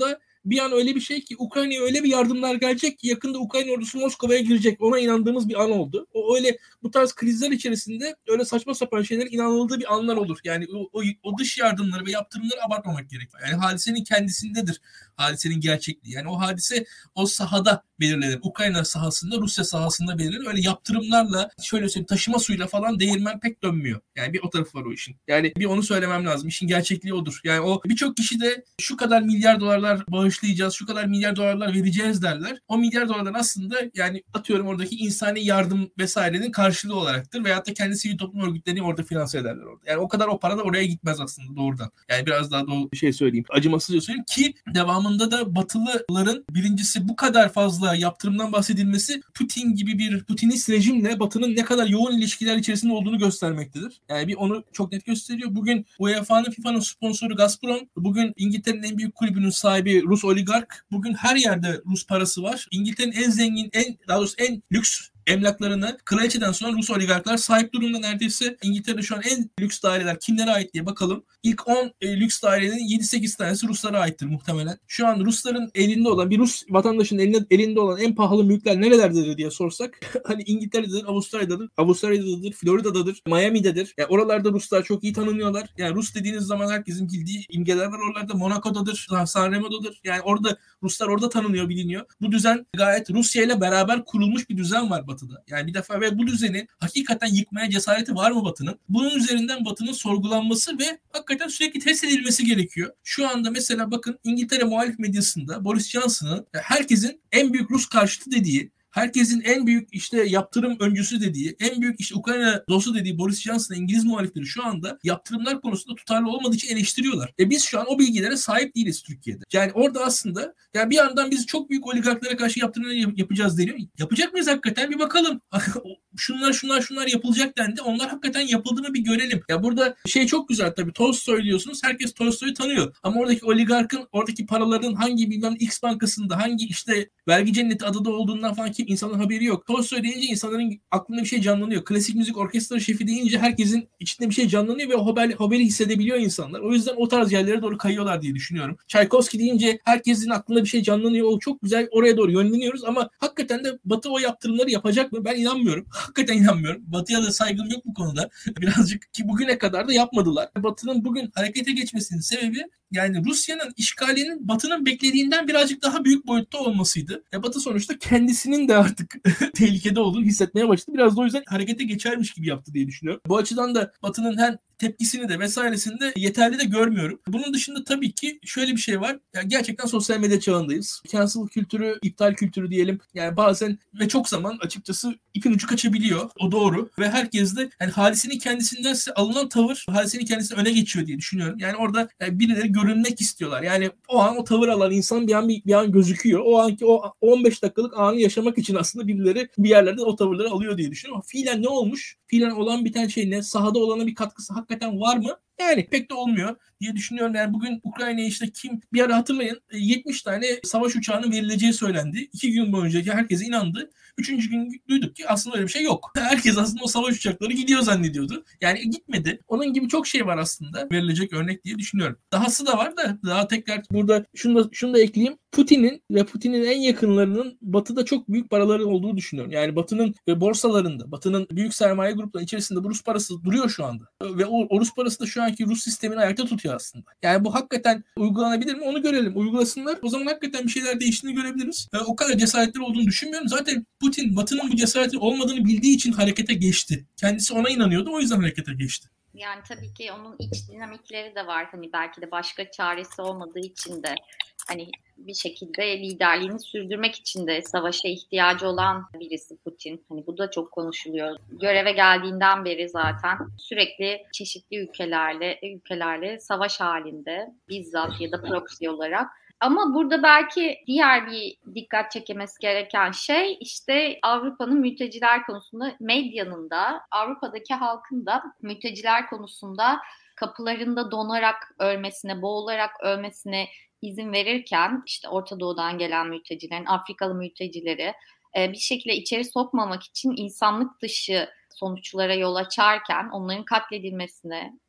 bir an öyle bir şey ki Ukrayna'ya öyle bir yardımlar gelecek ki yakında Ukrayna ordusu Moskova'ya girecek. Ona inandığımız bir an oldu. O öyle bu tarz krizler içerisinde öyle saçma sapan şeyler inanıldığı bir anlar olur. Yani o, o, o dış yardımları ve yaptırımları abartmamak gerekiyor. Yani hadisenin kendisindedir. Hadisenin gerçekliği. Yani o hadise o sahada belirlenir. Ukrayna sahasında, Rusya sahasında belirlenir. Öyle yaptırımlarla, şöyle söyleyeyim, taşıma suyla falan değirmen pek dönmüyor. Yani bir o tarafı var o işin. Yani bir onu söylemem lazım. İşin gerçekliği odur. Yani o birçok kişi de şu kadar milyar dolarlar bağışlayacağız, şu kadar milyar dolarlar vereceğiz derler. O milyar dolarlar aslında yani atıyorum oradaki insani yardım vesairenin karşılığı olaraktır. Veyahut da kendi sivil toplum örgütlerini orada finanse ederler orada. Yani o kadar o para da oraya gitmez aslında doğrudan. Yani biraz daha doğru bir şey söyleyeyim. Acımasızca söyleyeyim ki devamında da Batılıların birincisi bu kadar fazla yaptırımdan bahsedilmesi Putin gibi bir Putinist rejimle Batı'nın ne kadar yoğun ilişkiler içerisinde olduğunu göstermektedir. Yani bir onu çok net gösteriyor. Bugün U E F A'nın FIFA'nın sponsoru Gazprom, bugün İngiltere'nin en büyük kulübünün sahibi Rus oligark, bugün her yerde Rus parası var. İngiltere'nin en zengin, en daha doğrusu en lüks emlaklarını kraliçeden sonra Rus oligarklar sahip durumda neredeyse. İngiltere'de şu an en lüks daireler kimlere ait diye bakalım. İlk on e, lüks dairenin yedi sekiz tanesi Ruslara aittir muhtemelen. Şu an Rusların elinde olan, bir Rus vatandaşının elinde, elinde olan en pahalı mülkler nerelerdedir diye sorsak hani İngiltere'dedir, Avustralya'dadır, Avustralya'dadır, Florida'dadır, Miami'dedir. Yani oralarda Ruslar çok iyi tanınıyorlar. Yani Rus dediğiniz zaman herkesin bildiği imgeler var oralarda. Monaco'dadır, San Remo'dadır. Yani orada Ruslar orada tanınıyor, biliniyor. Bu düzen gayet Rusya ile beraber kurulmuş bir düzen var Batı'da. Yani bir defa ve bu düzeni hakikaten yıkmaya cesareti var mı Batı'nın? Bunun üzerinden Batı'nın sorgulanması ve hakikaten sürekli test edilmesi gerekiyor. Şu anda mesela bakın İngiltere muhalif medyasında Boris Johnson'ın herkesin en büyük Rus karşıtı dediği, herkesin en büyük işte yaptırım öncüsü dediği, en büyük işte Ukrayna dostu dediği Boris Johnson'ı İngiliz muhalifleri şu anda yaptırımlar konusunda tutarlı olmadığı için eleştiriyorlar. E biz şu an o bilgilere sahip değiliz Türkiye'de. Yani orada aslında yani bir yandan biz çok büyük oligarklara karşı yaptırımlar yapacağız deniyor. Yapacak mıyız hakikaten? Bir bakalım. şunlar şunlar şunlar yapılacak dendi. Onlar hakikaten yapıldı mı bir görelim. Ya burada şey çok güzel tabii. Tolstoy diyorsunuz. Herkes Tolstoy'u tanıyor. Ama oradaki oligarkın oradaki paraların hangi bilmem X bankasında hangi işte vergi cenneti adada olduğundan falan kim insanların haberi yok. Tolstoy deyince insanların aklında bir şey canlanıyor. Klasik müzik orkestra şefi deyince herkesin içinde bir şey canlanıyor ve o haberi, haberi hissedebiliyor insanlar. O yüzden o tarz yerlere doğru kayıyorlar diye düşünüyorum. Tchaikovsky deyince herkesin aklında bir şey canlanıyor. O çok güzel, oraya doğru yönleniyoruz ama hakikaten de Batı o yaptırımları yapacak mı? Ben inanmıyorum. Hakikaten inanmıyorum. Batı'ya da saygım yok bu konuda. Birazcık ki bugüne kadar da yapmadılar. Batı'nın bugün harekete geçmesinin sebebi yani Rusya'nın işgalinin Batı'nın beklediğinden birazcık daha büyük boyutta olmasıydı. Ya Batı sonuçta kendisinin de artık tehlikede olduğunu hissetmeye başladı. Biraz da o yüzden harekete geçermiş gibi yaptı diye düşünüyorum. Bu açıdan da Batı'nın hem tepkisini de vesairesini de yeterli de görmüyorum. Bunun dışında tabii ki şöyle bir şey var. Yani gerçekten sosyal medya çağındayız. Cancel kültürü, iptal kültürü diyelim. Yani bazen ve çok zaman açıkçası ipin ucu kaçabiliyor. O doğru. Ve herkes de yani hadisenin kendisinden alınan tavır hadisenin kendisine öne geçiyor diye düşünüyorum. Yani orada yani birileri görünmek istiyorlar. Yani o an o tavır alan insan bir an bir, bir an gözüküyor. O anki o on beş dakikalık anı yaşamak için aslında birileri bir yerlerde o tavırları alıyor diye düşünüyorum. Ama fiilen ne olmuş? Fiilen olan biten şey ne? Sahada olana bir katkısı hakikaten var mı? Yani pek de olmuyor diye düşünüyorum. Yani bugün Ukrayna'ya işte kim bir ara hatırlayın yetmiş tane savaş uçağının verileceği söylendi. İki gün boyunca herkes inandı. Üçüncü gün duyduk ki aslında öyle bir şey yok. Herkes aslında o savaş uçakları gidiyor zannediyordu. Yani gitmedi. Onun gibi çok şey var aslında verilecek örnek diye düşünüyorum. Dahası da var da daha tekrar burada şunu da, şunu da ekleyeyim. Putin'in ve Putin'in en yakınlarının Batı'da çok büyük paraları olduğunu düşünüyorum. Yani Batı'nın borsalarında, Batı'nın büyük sermaye grupları içerisinde bu Rus parası duruyor şu anda. Ve o, o Rus parası da şu anki Rus sistemini ayakta tutuyor aslında. Yani bu hakikaten uygulanabilir mi? Onu görelim. Uygulasınlar. O zaman hakikaten bir şeyler değiştiğini görebiliriz. Yani o kadar cesaretli olduğunu düşünmüyorum. Zaten Putin Batı'nın bu cesaretin olmadığını bildiği için harekete geçti. Kendisi ona inanıyordu. O yüzden harekete geçti. Yani tabii ki onun iç dinamikleri de var. Hani belki de başka çaresi olmadığı için de hani bir şekilde liderliğini sürdürmek için de savaşa ihtiyacı olan birisi Putin. Hani bu da çok konuşuluyor. Göreve geldiğinden beri zaten sürekli çeşitli ülkelerle ülkelerle savaş halinde bizzat ya da proxy olarak. Ama burada belki diğer bir dikkat çekilmesi gereken şey işte Avrupa'nın mülteciler konusunda medyanın da Avrupa'daki halkın da mülteciler konusunda kapılarında donarak ölmesine, boğularak ölmesine izin verirken işte Orta Doğu'dan gelen mültecilerin, Afrikalı mültecileri bir şekilde içeri sokmamak için insanlık dışı sonuçlara yol açarken onların katledilmesine,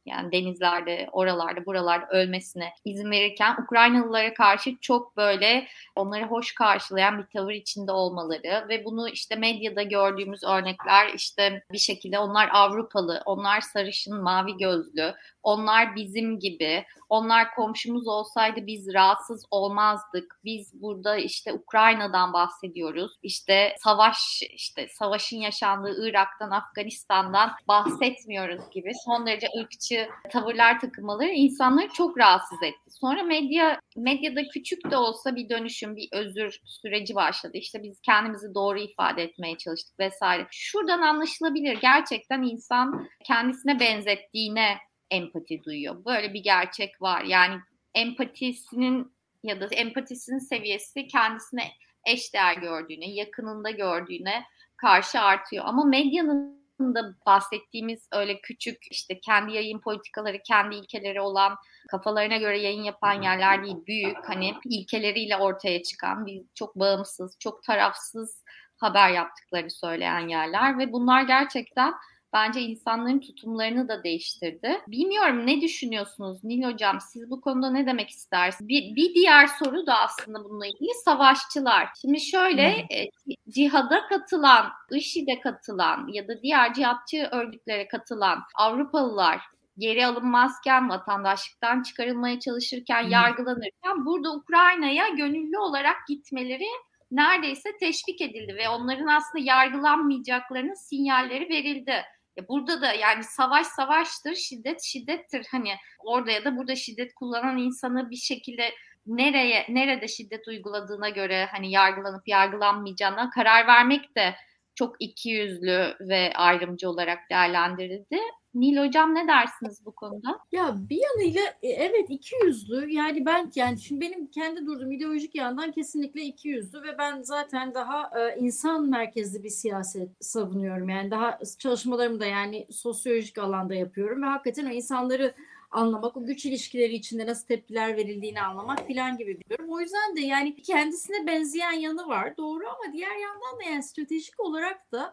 yani denizlerde, oralarda, buralarda ölmesine izin verirken Ukraynalılara karşı çok böyle onları hoş karşılayan bir tavır içinde olmaları ve bunu işte medyada gördüğümüz örnekler, işte bir şekilde onlar Avrupalı, onlar sarışın, mavi gözlü, onlar bizim gibi, onlar komşumuz olsaydı biz rahatsız olmazdık. Biz burada işte Ukrayna'dan bahsediyoruz. İşte savaş, işte savaşın yaşandığı Irak'tan, Afganistan'dan bahsetmiyoruz gibi son derece ırkçı tavırlar takınmaları insanları çok rahatsız etti. Sonra medya medyada küçük de olsa bir dönüşüm, bir özür süreci başladı. İşte biz kendimizi doğru ifade etmeye çalıştık vesaire. Şuradan anlaşılabilir. Gerçekten insan kendisine benzettiğine empati duyuyor. Böyle bir gerçek var. Yani empatisinin ya da empatisinin seviyesi kendisine eşdeğer gördüğüne, yakınında gördüğüne karşı artıyor. Ama medyanın da bahsettiğimiz öyle küçük, işte kendi yayın politikaları, kendi ilkeleri olan, kafalarına göre yayın yapan yerler değil, büyük, hani ilkeleriyle ortaya çıkan, bir çok bağımsız, çok tarafsız haber yaptıkları söyleyen yerler ve bunlar gerçekten bence insanların tutumlarını da değiştirdi. Bilmiyorum, ne düşünüyorsunuz Nil Hocam? Siz bu konuda ne demek istersiniz? Bir, bir diğer soru da aslında bununla ilgili, savaşçılar. Şimdi şöyle hmm. e, cihada katılan, IŞİD'e katılan ya da diğer cihatçı örgütlere katılan Avrupalılar geri alınmazken, vatandaşlıktan çıkarılmaya çalışırken, hmm. yargılanırken burada Ukrayna'ya gönüllü olarak gitmeleri neredeyse teşvik edildi ve onların aslında yargılanmayacaklarının sinyalleri verildi. Burada da yani savaş savaştır, şiddet şiddettir. Hani orada ya da burada şiddet kullanan insanı bir şekilde nereye nerede şiddet uyguladığına göre hani yargılanıp yargılanmayacağına karar vermek de çok ikiyüzlü ve ayrımcı olarak değerlendirildi. Nil Hocam, ne dersiniz bu konuda? Ya bir yanıyla evet ikiyüzlü, yani ben yani şimdi benim kendi durduğum ideolojik yandan kesinlikle ikiyüzlü ve ben zaten daha e, insan merkezli bir siyaset savunuyorum. Yani daha çalışmalarımı da yani sosyolojik alanda yapıyorum ve hakikaten o insanları anlamak, o güç ilişkileri içinde nasıl tepkiler verildiğini anlamak falan gibi biliyorum. O yüzden de yani kendisine benzeyen yanı var, doğru, ama diğer yandan da yani stratejik olarak da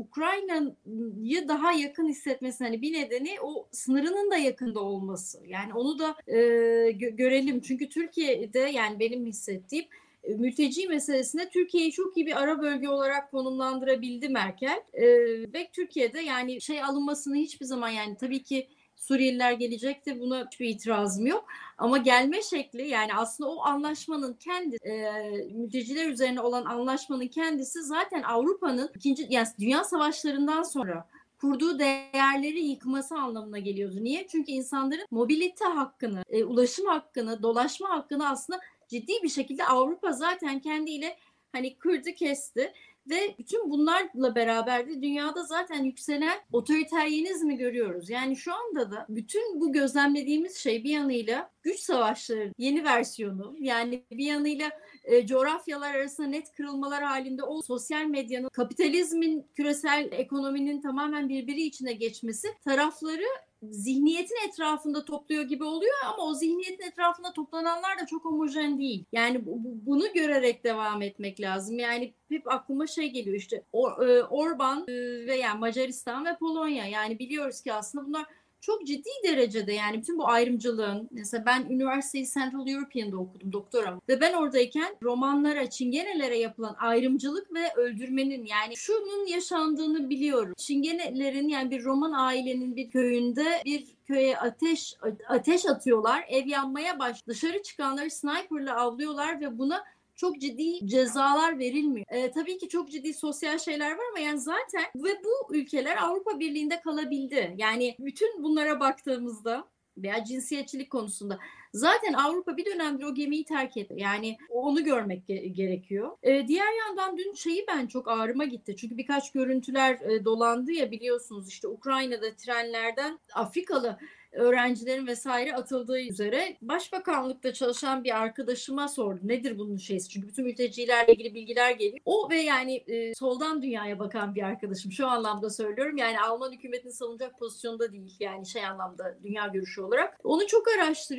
Ukrayna'yı daha yakın hissetmesi, hani bir nedeni o sınırının da yakında olması. Yani onu da e, gö- görelim. Çünkü Türkiye'de yani benim hissettiğim e, mülteci meselesinde Türkiye'yi çok iyi bir ara bölge olarak konumlandırabildi Merkel. E, ve Türkiye'de yani şey alınmasını hiçbir zaman, yani tabii ki Suriyeliler gelecekti, buna hiçbir itirazım yok. Ama gelme şekli, yani aslında o anlaşmanın kendi e, mülteciler üzerine olan anlaşmanın kendisi zaten Avrupa'nın ikinci yani dünya savaşlarından sonra kurduğu değerleri yıkması anlamına geliyordu. Niye? Çünkü insanların mobilite hakkını, e, ulaşım hakkını, dolaşma hakkını aslında ciddi bir şekilde Avrupa zaten kendiyle hani kırdı, kesti. Ve bütün bunlarla beraber de dünyada zaten yükselen otoriteryenizmi görüyoruz. Yani şu anda da bütün bu gözlemlediğimiz şey bir yanıyla güç savaşları yeni versiyonu, yani bir yanıyla e, coğrafyalar arasında net kırılmalar halinde o sosyal medyanın, kapitalizmin, küresel ekonominin tamamen birbiri içine geçmesi tarafları zihniyetin etrafında topluyor gibi oluyor ama o zihniyetin etrafında toplananlar da çok homojen değil. Yani bu, bunu görerek devam etmek lazım. Yani hep aklıma şey geliyor, işte Or, e, Orban e, ve yani Macaristan ve Polonya. Yani biliyoruz ki aslında bunlar çok ciddi derecede, yani bütün bu ayrımcılığın, mesela ben üniversiteyi Central European'da okudum, doktoram, ve ben oradayken romanlara, çingenelere yapılan ayrımcılık ve öldürmenin, yani şunun yaşandığını biliyorum. Çingenelerin, yani bir Roman ailenin bir köyünde bir köye ateş ateş atıyorlar, ev yanmaya baş, dışarı çıkanları sniper'la avlıyorlar ve buna çok ciddi cezalar verilmiyor. Ee, tabii ki çok ciddi sosyal şeyler var ama yani zaten ve bu ülkeler Avrupa Birliği'nde kalabildi. Yani bütün bunlara baktığımızda veya cinsiyetçilik konusunda zaten Avrupa bir dönemdir o gemiyi terk etti. Yani onu görmek ge- gerekiyor. Ee, diğer yandan dün şeyi ben çok ağrıma gitti. Çünkü birkaç görüntüler e, dolandı ya, biliyorsunuz, işte Ukrayna'da trenlerden Afrikalı öğrencilerin vesaire atıldığı üzere. Başbakanlıkta çalışan bir arkadaşıma sordu. Nedir bunun şeysi? Çünkü bütün mültecilerle ilgili bilgiler geliyor. O ve yani e, soldan dünyaya bakan bir arkadaşım. Şu anlamda söylüyorum. Yani Alman hükümetini savunacak pozisyonda değil. Yani şey anlamda, dünya görüşü olarak. Onu çok araştırıyoruz. Orada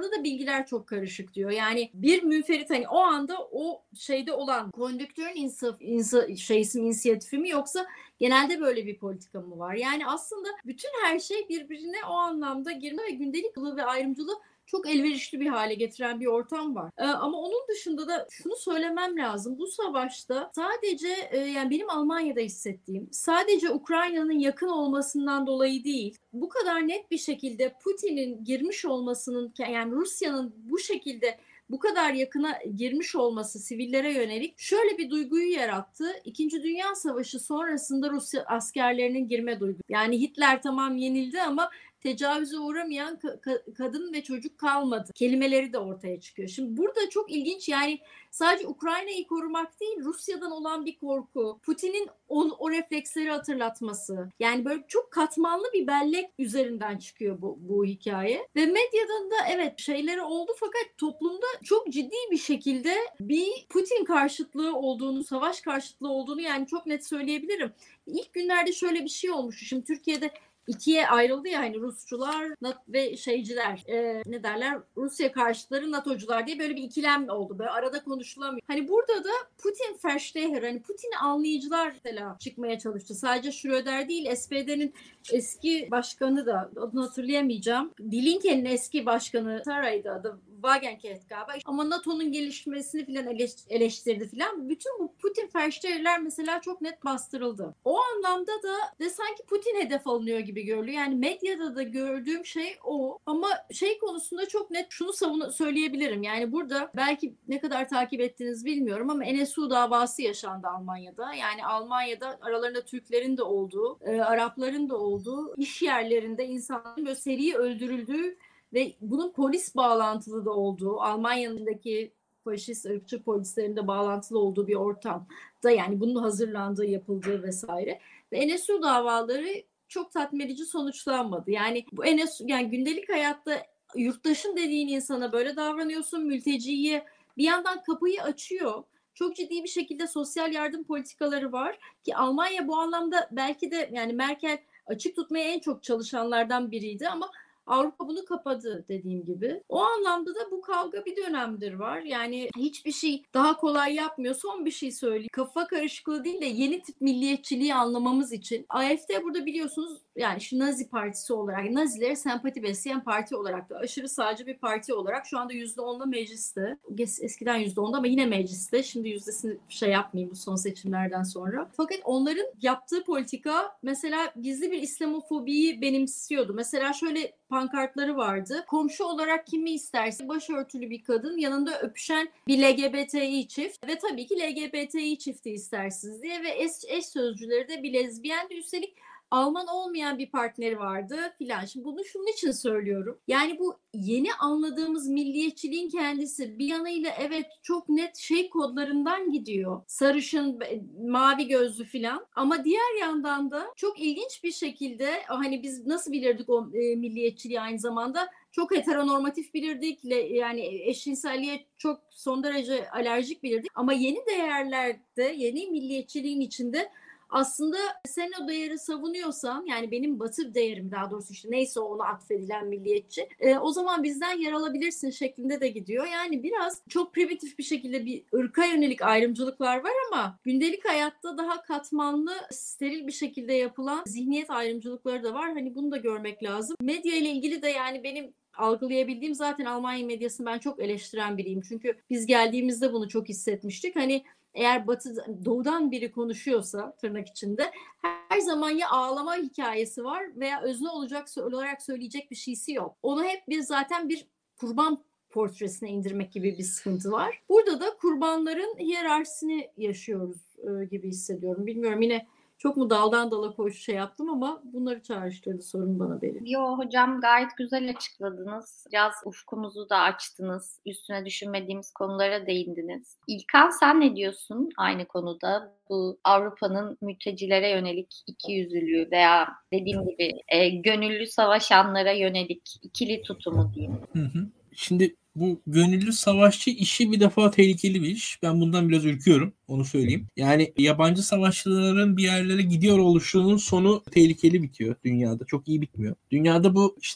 konusunda da bilgiler çok karışık diyor. Yani bir münferit hani o anda o şeyde olan konduktörün insaf, insa, şeysi, inisiyatifi mi yoksa genelde böyle bir politika mı var? Yani aslında bütün her şey birbirine o anlamda girme ve gündelik ve ayrımcılığı çok elverişli bir hale getiren bir ortam var. Ee, ama onun dışında da şunu söylemem lazım. Bu savaşta sadece e, yani benim Almanya'da hissettiğim sadece Ukrayna'nın yakın olmasından dolayı değil, bu kadar net bir şekilde Putin'in girmiş olmasının yani Rusya'nın bu şekilde bu kadar yakına girmiş olması sivillere yönelik şöyle bir duyguyu yarattı. İkinci Dünya Savaşı sonrasında Rusya askerlerinin girme duygusu. Yani Hitler tamam yenildi ama tecavüze uğramayan ka- kadın ve çocuk kalmadı. Kelimeleri de ortaya çıkıyor. Şimdi burada çok ilginç yani sadece Ukrayna'yı korumak değil Rusya'dan olan bir korku. Putin'in o, o refleksleri hatırlatması. Yani böyle çok katmanlı bir bellek üzerinden çıkıyor bu, bu hikaye. Ve medyadan da evet şeyleri oldu fakat toplumda çok ciddi bir şekilde bir Putin karşıtlığı olduğunu, savaş karşıtlığı olduğunu yani çok net söyleyebilirim. İlk günlerde şöyle bir şey olmuştu. Şimdi Türkiye'de ikiye ayrıldı ya hani Rusçular ve şeyciler e, ne derler Rusya karşıtları NATO'cular diye böyle bir ikilem oldu. Böyle arada konuşulamıyor. Hani burada da Putin Versteher hani Putin'i anlayıcılar mesela çıkmaya çalıştı. Sadece Schröder değil S P D'nin eski başkanı da adını hatırlayamayacağım. Die Linke'nin eski başkanı Saray'da adı Wagenknecht galiba. Ama NATO'nun gelişmesini filan eleştirdi filan. Bütün bu Putin Versteher'ler mesela çok net bastırıldı. O anlamda da de sanki Putin hedef alınıyor gibi görülüyor. Yani medyada da gördüğüm şey o. Ama şey konusunda çok net şunu savun söyleyebilirim. Yani burada belki ne kadar takip ettiniz bilmiyorum ama N S U davası yaşandı Almanya'da. Yani Almanya'da aralarında Türklerin de olduğu, e, Arapların da olduğu iş yerlerinde insanların böyle seri öldürüldüğü ve bunun polis bağlantılı da olduğu, Almanya'daki faşist ırkçı polislerinde bağlantılı olduğu bir ortamda yani bunun hazırlandığı, yapıldığı vesaire. Ve N S U davaları çok tatmin edici sonuçlanmadı. Yani bu N S U yani gündelik hayatta yurttaşın dediğin insana böyle davranıyorsun, mülteciye bir yandan kapıyı açıyor. Çok ciddi bir şekilde sosyal yardım politikaları var ki Almanya bu anlamda belki de yani Merkel açık tutmaya en çok çalışanlardan biriydi ama Avrupa bunu kapadı dediğim gibi. O anlamda da bu kavga bir dönemdir var. Yani hiçbir şey daha kolay yapmıyor. Son bir şey söyleyeyim. Kafa karışıklığı değil de yeni tip milliyetçiliği anlamamız için. A F D burada biliyorsunuz yani şu Nazi partisi olarak, Nazilere sempati besleyen parti olarak da aşırı sağcı bir parti olarak şu anda yüzde onla mecliste. Eskiden yüzde onda ama yine mecliste. Şimdi yüzdesini şey yapmayayım bu son seçimlerden sonra. Fakat onların yaptığı politika mesela gizli bir İslamofobiyi benimsiyordu. Mesela şöyle pankartları vardı. Komşu olarak kimi isterse başörtülü bir kadın yanında öpüşen bir L G B T İ çift ve tabii ki L G B T İ çifti istersiniz diye ve eş, eş sözcüleri de bir lezbiyen de üstelik Alman olmayan bir partneri vardı filan. Şimdi bunu şunun için söylüyorum. Yani bu yeni anladığımız milliyetçiliğin kendisi bir yanıyla evet çok net şey kodlarından gidiyor. Sarışın, mavi gözlü filan. Ama diğer yandan da çok ilginç bir şekilde hani biz nasıl bilirdik o e, milliyetçiliği aynı zamanda çok heteronormatif bilirdik. Yani eşcinselliğe çok son derece alerjik bilirdik. Ama yeni değerlerde, yeni milliyetçiliğin içinde aslında sen o değeri savunuyorsan yani benim batı değerim daha doğrusu işte neyse ona atfedilen milliyetçi e, o zaman bizden yer alabilirsin şeklinde de gidiyor. Yani biraz çok primitif bir şekilde bir ırka yönelik ayrımcılıklar var ama gündelik hayatta daha katmanlı steril bir şekilde yapılan zihniyet ayrımcılıkları da var. Hani bunu da görmek lazım. Medya ile ilgili de yani benim algılayabildiğim zaten Almanya medyasını ben çok eleştiren biriyim. Çünkü biz geldiğimizde bunu çok hissetmiştik. Hani eğer batı, doğudan biri konuşuyorsa tırnak içinde her zaman ya ağlama hikayesi var veya özne olacak olarak söyleyecek bir şeysi yok. Onu hep bir zaten bir kurban portresine indirmek gibi bir sıkıntı var. Burada da kurbanların hiyerarşisini yaşıyoruz e, gibi hissediyorum. Bilmiyorum yine çok mu daldan dala koşu şey yaptım ama bunları çağrıştırdı sorun bana benim. Yo hocam gayet güzel açıkladınız. Biraz ufkumuzu da açtınız. Üstüne düşünmediğimiz konulara değindiniz. İlkan sen ne diyorsun aynı konuda? Bu Avrupa'nın mültecilere yönelik ikiyüzlülüğü veya dediğim gibi e, gönüllü savaşanlara yönelik ikili tutumu diyeyim. Hı hı. Şimdi bu gönüllü savaşçı işi bir defa tehlikeli bir iş. Ben bundan biraz ürküyorum. Onu söyleyeyim. Yani yabancı savaşçıların bir yerlere gidiyor oluşunun sonu tehlikeli bitiyor dünyada. Çok iyi bitmiyor. Dünyada bu işte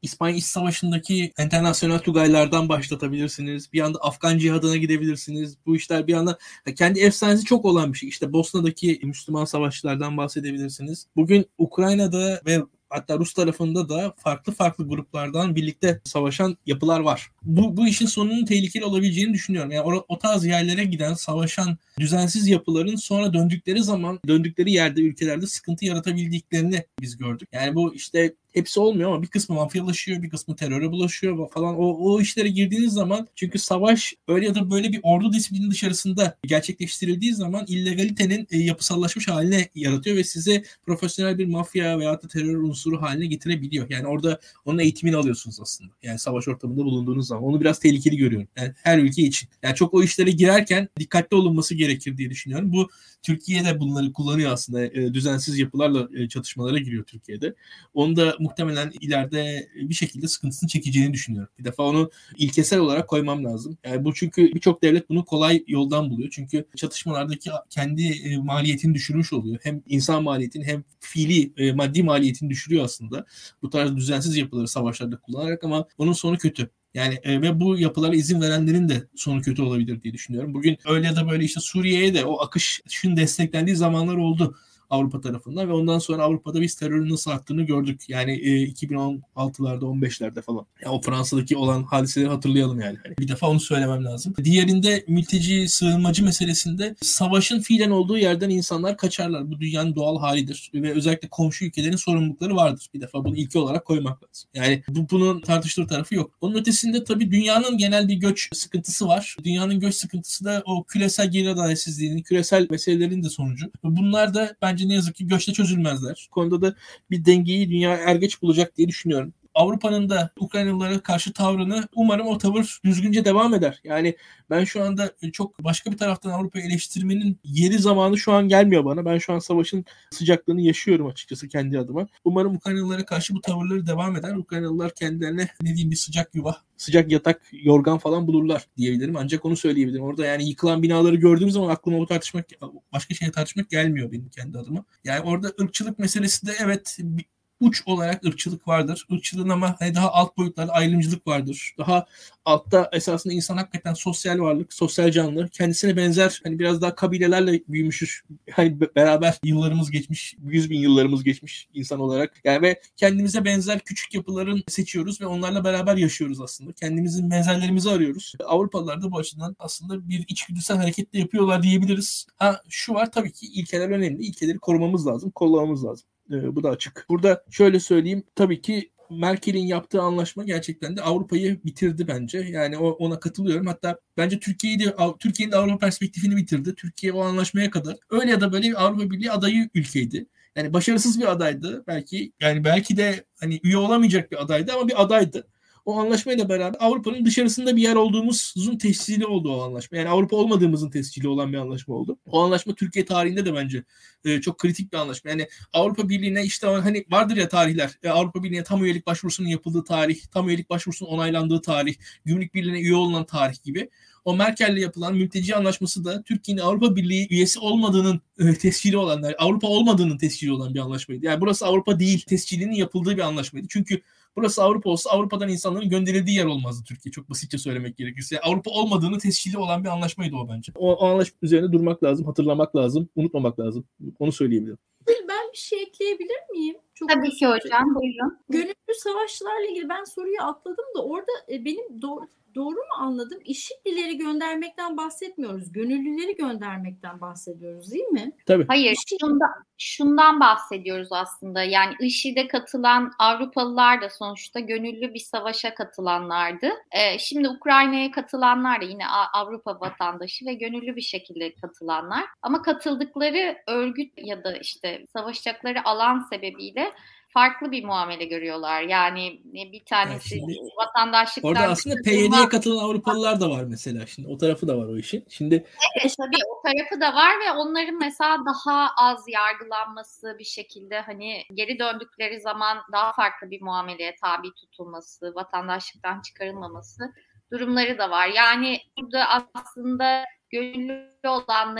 İspanya İç Savaşı'ndaki internasyonel tugaylardan başlatabilirsiniz. Bir anda Afgan cihadına gidebilirsiniz. Bu işler bir anda kendi efsanesi çok olan bir şey. İşte Bosna'daki Müslüman savaşçılardan bahsedebilirsiniz. Bugün Ukrayna'da ve hatta Rus tarafında da farklı farklı gruplardan birlikte savaşan yapılar var. Bu, bu işin sonunun tehlikeli olabileceğini düşünüyorum. Yani o, o tarz yerlere giden, savaşan düzensiz yapıların sonra döndükleri zaman, döndükleri yerde, ülkelerde sıkıntı yaratabildiklerini biz gördük. Yani bu işte hepsi olmuyor ama bir kısmı mafyalaşıyor, bir kısmı teröre bulaşıyor falan. O, o işlere girdiğiniz zaman, çünkü savaş öyle ya da böyle bir ordu disiplinin dışarısında gerçekleştirildiği zaman illegalitenin e, yapısallaşmış haline yaratıyor ve size profesyonel bir mafya veya da terör unsuru haline getirebiliyor. Yani orada onun eğitimini alıyorsunuz aslında. Yani savaş ortamında bulunduğunuz zaman. Onu biraz tehlikeli görüyorum. Yani her ülke için. Yani çok o işlere girerken dikkatli olunması gerekir diye düşünüyorum. Bu Türkiye'de bunları kullanıyor aslında. E, düzensiz yapılarla e, çatışmalara giriyor Türkiye'de. Onu da muhtemelen ileride bir şekilde sıkıntısını çekeceğini düşünüyorum. Bir defa onu ilkesel olarak koymam lazım. Yani bu, çünkü birçok devlet bunu kolay yoldan buluyor. Çünkü çatışmalardaki kendi e, maliyetini düşürmüş oluyor. Hem insan maliyetini hem fiili e, maddi maliyetini düşürüyor aslında. Bu tarz düzensiz yapıları savaşlarda kullanarak, ama onun sonu kötü. Yani e, ve bu yapılara izin verenlerin de sonu kötü olabilir diye düşünüyorum. Bugün öyle ya da böyle işte Suriye'ye de o akışın desteklendiği zamanlar oldu Avrupa tarafından ve ondan sonra Avrupa'da biz terörün nasıl arttığını gördük. Yani e, iki bin on altılarda on beşlerde falan. Yani o Fransa'daki olan hadiseleri hatırlayalım yani. Hani bir defa onu söylemem lazım. Diğerinde mülteci, sığınmacı meselesinde savaşın fiilen olduğu yerden insanlar kaçarlar. Bu dünyanın doğal halidir ve özellikle komşu ülkelerin sorumlulukları vardır. Bir defa bunu ilke olarak koymak lazım. Yani bu, bunun tartışılır tarafı yok. Onun ötesinde tabii dünyanın genel bir göç sıkıntısı var. Dünyanın göç sıkıntısı da o küresel gelir adaletsizliğinin, küresel meselelerin de sonucu. Bunlar da bence ne yazık ki göçle çözülmezler. Bu konuda da bir dengeyi dünya er geç bulacak diye düşünüyorum. Avrupa'nın da Ukraynalılara karşı tavrını, umarım o tavır düzgünce devam eder. Yani ben şu anda çok başka bir taraftan Avrupa'yı eleştirmenin yeri zamanı şu an gelmiyor bana. Ben şu an savaşın sıcaklığını yaşıyorum açıkçası kendi adıma. Umarım Ukraynalılara karşı bu tavırları devam eder. Ukraynalılar kendilerine ne diyeyim bir sıcak yuva, sıcak yatak, yorgan falan bulurlar diyebilirim. Ancak onu söyleyebilirim. Orada yani yıkılan binaları gördüğüm zaman aklıma bu tartışmak, başka şeye tartışmak gelmiyor benim kendi adıma. Yani orada ırkçılık meselesi de evet uç olarak ırkçılık vardır. Irkçılığın ama hani daha alt boyutlarda ayrımcılık vardır. Daha altta esasında insan hakikaten sosyal varlık, sosyal canlı. Kendisine benzer hani biraz daha kabilelerle büyümüşüz. Hani beraber yıllarımız geçmiş, yüz bin yıllarımız geçmiş insan olarak. Yani ve kendimize benzer küçük yapıların seçiyoruz ve onlarla beraber yaşıyoruz aslında. Kendimizin benzerlerimizi arıyoruz. Avrupalılar da bu açıdan aslında bir içgüdüsel hareket de yapıyorlar diyebiliriz. Ha şu var, tabii ki ilkeler önemli. İlkeleri korumamız lazım, kollamamız lazım. Ee, bu da açık. Burada şöyle söyleyeyim. Tabii ki Merkel'in yaptığı anlaşma gerçekten de Avrupa'yı bitirdi bence. Yani o, ona katılıyorum. Hatta bence Türkiye'yi de, Türkiye'nin de Avrupa perspektifini bitirdi. Türkiye o anlaşmaya kadar öyle ya da böyle bir Avrupa Birliği adayı ülkeydi. Yani başarısız bir adaydı. Belki yani belki de hani üye olamayacak bir adaydı ama bir adaydı. O anlaşmayla beraber Avrupa'nın dışarısında bir yer olduğumuzun tescili oldu o anlaşma. Yani Avrupa olmadığımızın tescili olan bir anlaşma oldu. O anlaşma Türkiye tarihinde de bence e, çok kritik bir anlaşma. Yani Avrupa Birliği'ne işte hani vardır ya tarihler. E, Avrupa Birliği'ne tam üyelik başvurusunun yapıldığı tarih, tam üyelik başvurusunun onaylandığı tarih, Gümrük Birliği'ne üye olunan tarih gibi. O Merkel'le yapılan mülteci anlaşması da Türkiye'nin Avrupa Birliği üyesi olmadığının e, tescili olanlar, Avrupa olmadığının tescili olan bir anlaşmaydı. Yani burası Avrupa değil tescilinin yapıldığı bir anlaşmaydı. Çünkü burası Avrupa olsa Avrupa'dan insanların gönderildiği yer olmazdı Türkiye. Çok basitçe söylemek gerekirse. Yani Avrupa olmadığını tescili olan bir anlaşmaydı o bence. O, o anlaşma üzerine durmak lazım, hatırlamak lazım, unutmamak lazım. Onu söyleyebilirim. Ben bir şey ekleyebilir miyim? Çok Tabii ki hocam, buyurun. Gönüllü savaşçılarla ilgili ben soruyu atladım da orada benim doğru, doğru mu anladım? IŞİD'lileri göndermekten bahsetmiyoruz. Gönüllüleri göndermekten bahsediyoruz değil mi? Tabii. Hayır, şundan, şundan bahsediyoruz aslında. Yani IŞİD'e katılan Avrupalılar da sonuçta gönüllü bir savaşa katılanlardı. Ee, şimdi Ukrayna'ya katılanlar da yine Avrupa vatandaşı ve gönüllü bir şekilde katılanlar. Ama katıldıkları örgüt ya da işte savaşacakları alan sebebiyle farklı bir muamele görüyorlar. Yani bir tanesi yani şimdi, vatandaşlıktan... Orada aslında P Y D'ye katılan Avrupalılar da var mesela. Şimdi o tarafı da var o işin. Şimdi evet, tabii o tarafı da var ve onların mesela daha az yargılanması, bir şekilde hani geri döndükleri zaman daha farklı bir muameleye tabi tutulması, vatandaşlıktan çıkarılmaması durumları da var. Yani burada aslında gönüllü olanların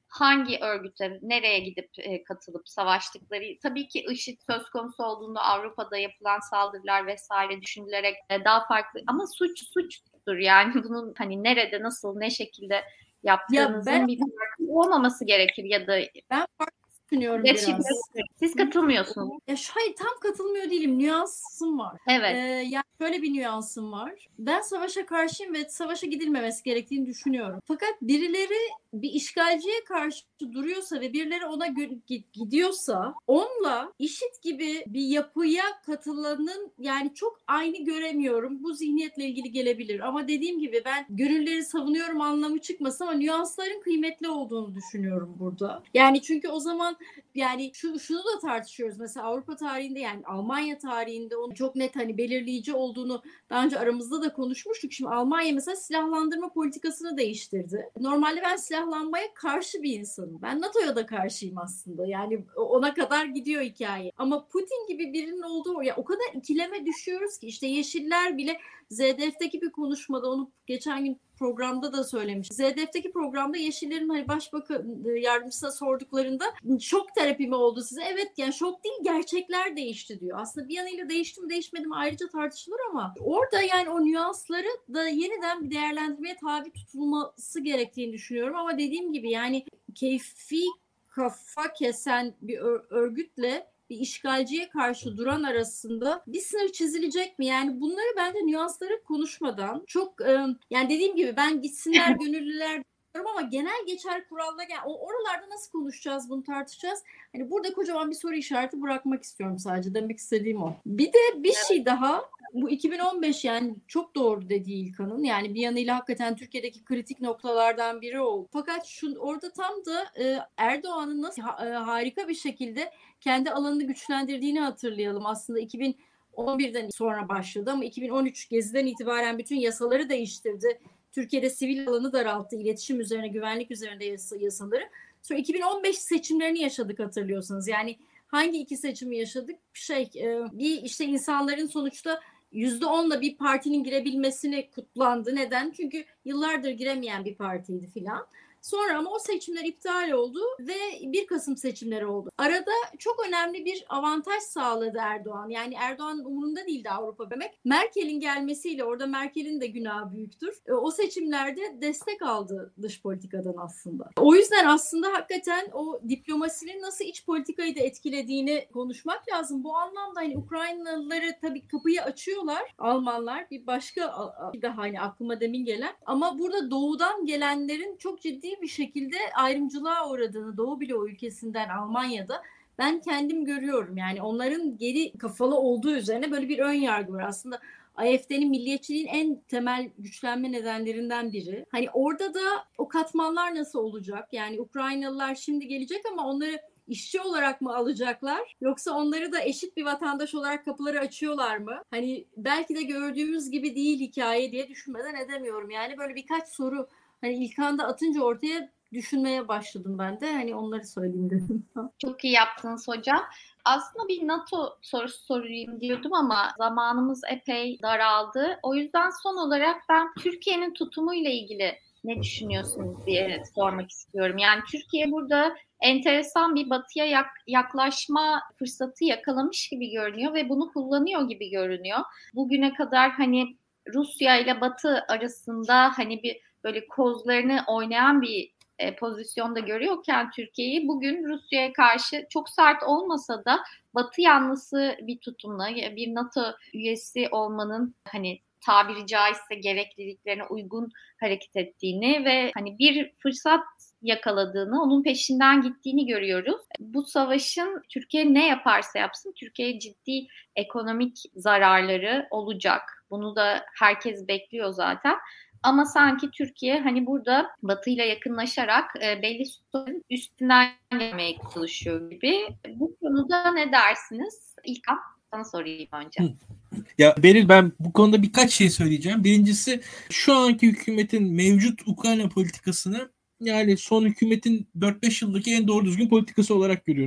hangi örgüte, nereye gidip e, katılıp savaştıkları, tabii ki IŞİD söz konusu olduğunda Avrupa'da yapılan saldırılar vesaire düşünülerek e, daha farklı, ama suç suçtur yani bunun hani nerede, nasıl, ne şekilde yaptığınızın ya ben, bir farkı olmaması gerekir ya da ben farklı düşünüyorum de biraz. Şiddet. Siz katılmıyorsunuz. Ya hayır, tam katılmıyor değilim. Nüansım var. Evet. Ee, yani şöyle bir nüansım var. Ben savaşa karşıyım ve savaşa gidilmemesi gerektiğini düşünüyorum. Fakat birileri bir işgalciye karşı duruyorsa ve birileri ona gidiyorsa, onunla IŞİD gibi bir yapıya katılanın yani çok aynı göremiyorum. Bu zihniyetle ilgili gelebilir. Ama dediğim gibi ben gönülleri savunuyorum anlamı çıkmasın ama nüansların kıymetli olduğunu düşünüyorum burada. Yani çünkü o zaman yani şu, şunu da tartışıyoruz. Mesela Avrupa tarihinde, yani Almanya tarihinde onun çok net hani belirleyici olduğunu daha önce aramızda da konuşmuştuk. Şimdi Almanya mesela silahlandırma politikasını değiştirdi. Normalde ben silahlanmaya karşı bir insanım. Ben NATO'ya da karşıyım aslında. Yani ona kadar gidiyor hikaye. Ama Putin gibi birinin olduğu, ya o kadar ikileme düşüyoruz ki işte Yeşiller bile Z D F'deki bir konuşmada, onu geçen gün programda da söylemiş. Z D F'deki programda Yeşillerin hani başbakan yardımcısına sorduklarında şok terapi mi oldu size? Evet, yani şok değil, gerçekler değişti diyor. Aslında bir yanıyla değişti mi değişmedi mi ayrıca tartışılır ama orada yani o nüansları da yeniden bir değerlendirmeye tabi tutulması gerektiğini düşünüyorum. Ama dediğim gibi yani keyfi kafa kesen bir örgütle bir işgalciye karşı duran arasında bir sınır çizilecek mi? Yani bunları bence nüansları konuşmadan çok yani dediğim gibi ben gitsinler gönüllüler ama genel geçer kurallar, yani oralarda nasıl konuşacağız, bunu tartışacağız. Hani burada kocaman bir soru işareti bırakmak istiyorum, sadece demek istediğim o. Bir de bir şey daha, bu iki bin on beş yani çok doğru dediği İlkan'ın, yani bir yanıyla hakikaten Türkiye'deki kritik noktalardan biri oldu. Fakat şu, orada tam da e, Erdoğan'ın nasıl ha, e, harika bir şekilde kendi alanını güçlendirdiğini hatırlayalım. Aslında iki bin on birden sonra başladı ama iki bin on üç Gezi'den itibaren bütün yasaları değiştirdi. Türkiye'de sivil alanı daralttı. İletişim üzerine, güvenlik üzerinde yasa, yasaları. Sonra iki bin on beş seçimlerini yaşadık hatırlıyorsanız. Yani hangi iki seçimi yaşadık? Şey, bir işte insanların sonuçta yüzde onla bir partinin girebilmesini kutlandı. Neden? Çünkü yıllardır giremeyen bir partiydi filan. Sonra ama o seçimler iptal oldu ve bir Kasım seçimleri oldu. Arada çok önemli bir avantaj sağladı Erdoğan. Yani Erdoğan'ın umurunda değildi Avrupa demek. Merkel'in gelmesiyle, orada Merkel'in de günahı büyüktür. O seçimlerde destek aldı dış politikadan aslında. O yüzden aslında hakikaten o diplomasinin nasıl iç politikayı da etkilediğini konuşmak lazım. Bu anlamda hani Ukraynalıları tabii kapıyı açıyorlar Almanlar. Bir başka bir daha hani aklıma demin gelen. Ama burada doğudan gelenlerin çok ciddi bir şekilde ayrımcılığa uğradığını, Doğu bloğu ülkesinden Almanya'da ben kendim görüyorum. Yani onların geri kafalı olduğu üzerine böyle bir ön yargı var. Aslında A F D'nin milliyetçiliğin en temel güçlenme nedenlerinden biri. Hani orada da o katmanlar nasıl olacak? Yani Ukraynalılar şimdi gelecek ama onları işçi olarak mı alacaklar? Yoksa onları da eşit bir vatandaş olarak kapıları açıyorlar mı? Hani belki de gördüğümüz gibi değil hikaye diye düşünmeden edemiyorum. Yani böyle birkaç soru hani İlkan da atınca ortaya düşünmeye başladım ben de. Hani onları söyleyeyim dedim. Çok iyi yaptınız hocam. Aslında bir NATO sorusu sorayım diyordum ama zamanımız epey daraldı. O yüzden son olarak ben Türkiye'nin tutumuyla ilgili ne düşünüyorsunuz diye sormak istiyorum. Yani Türkiye burada enteresan bir batıya yaklaşma fırsatı yakalamış gibi görünüyor ve bunu kullanıyor gibi görünüyor. Bugüne kadar hani Rusya ile Batı arasında hani bir böyle kozlarını oynayan bir e, pozisyonda görüyorken Türkiye'yi bugün Rusya'ya karşı çok sert olmasa da Batı yanlısı bir tutumla bir NATO üyesi olmanın hani tabiri caizse gerekliliklerine uygun hareket ettiğini ve hani bir fırsat yakaladığını, onun peşinden gittiğini görüyoruz. Bu savaşın Türkiye ne yaparsa yapsın Türkiye'ye ciddi ekonomik zararları olacak. Bunu da herkes bekliyor zaten. Ama sanki Türkiye hani burada Batı'yla yakınlaşarak e, belli sorunların üstünden gelmeye çalışıyor gibi. Bu konuda ne dersiniz? İlkan, sana sorayım önce. Hı. Ya Beril, ben bu konuda birkaç şey söyleyeceğim. Birincisi, şu anki hükümetin mevcut Ukrayna politikasını yani son hükümetin dört beş yıldaki en doğru düzgün politikası olarak görüyorum ben.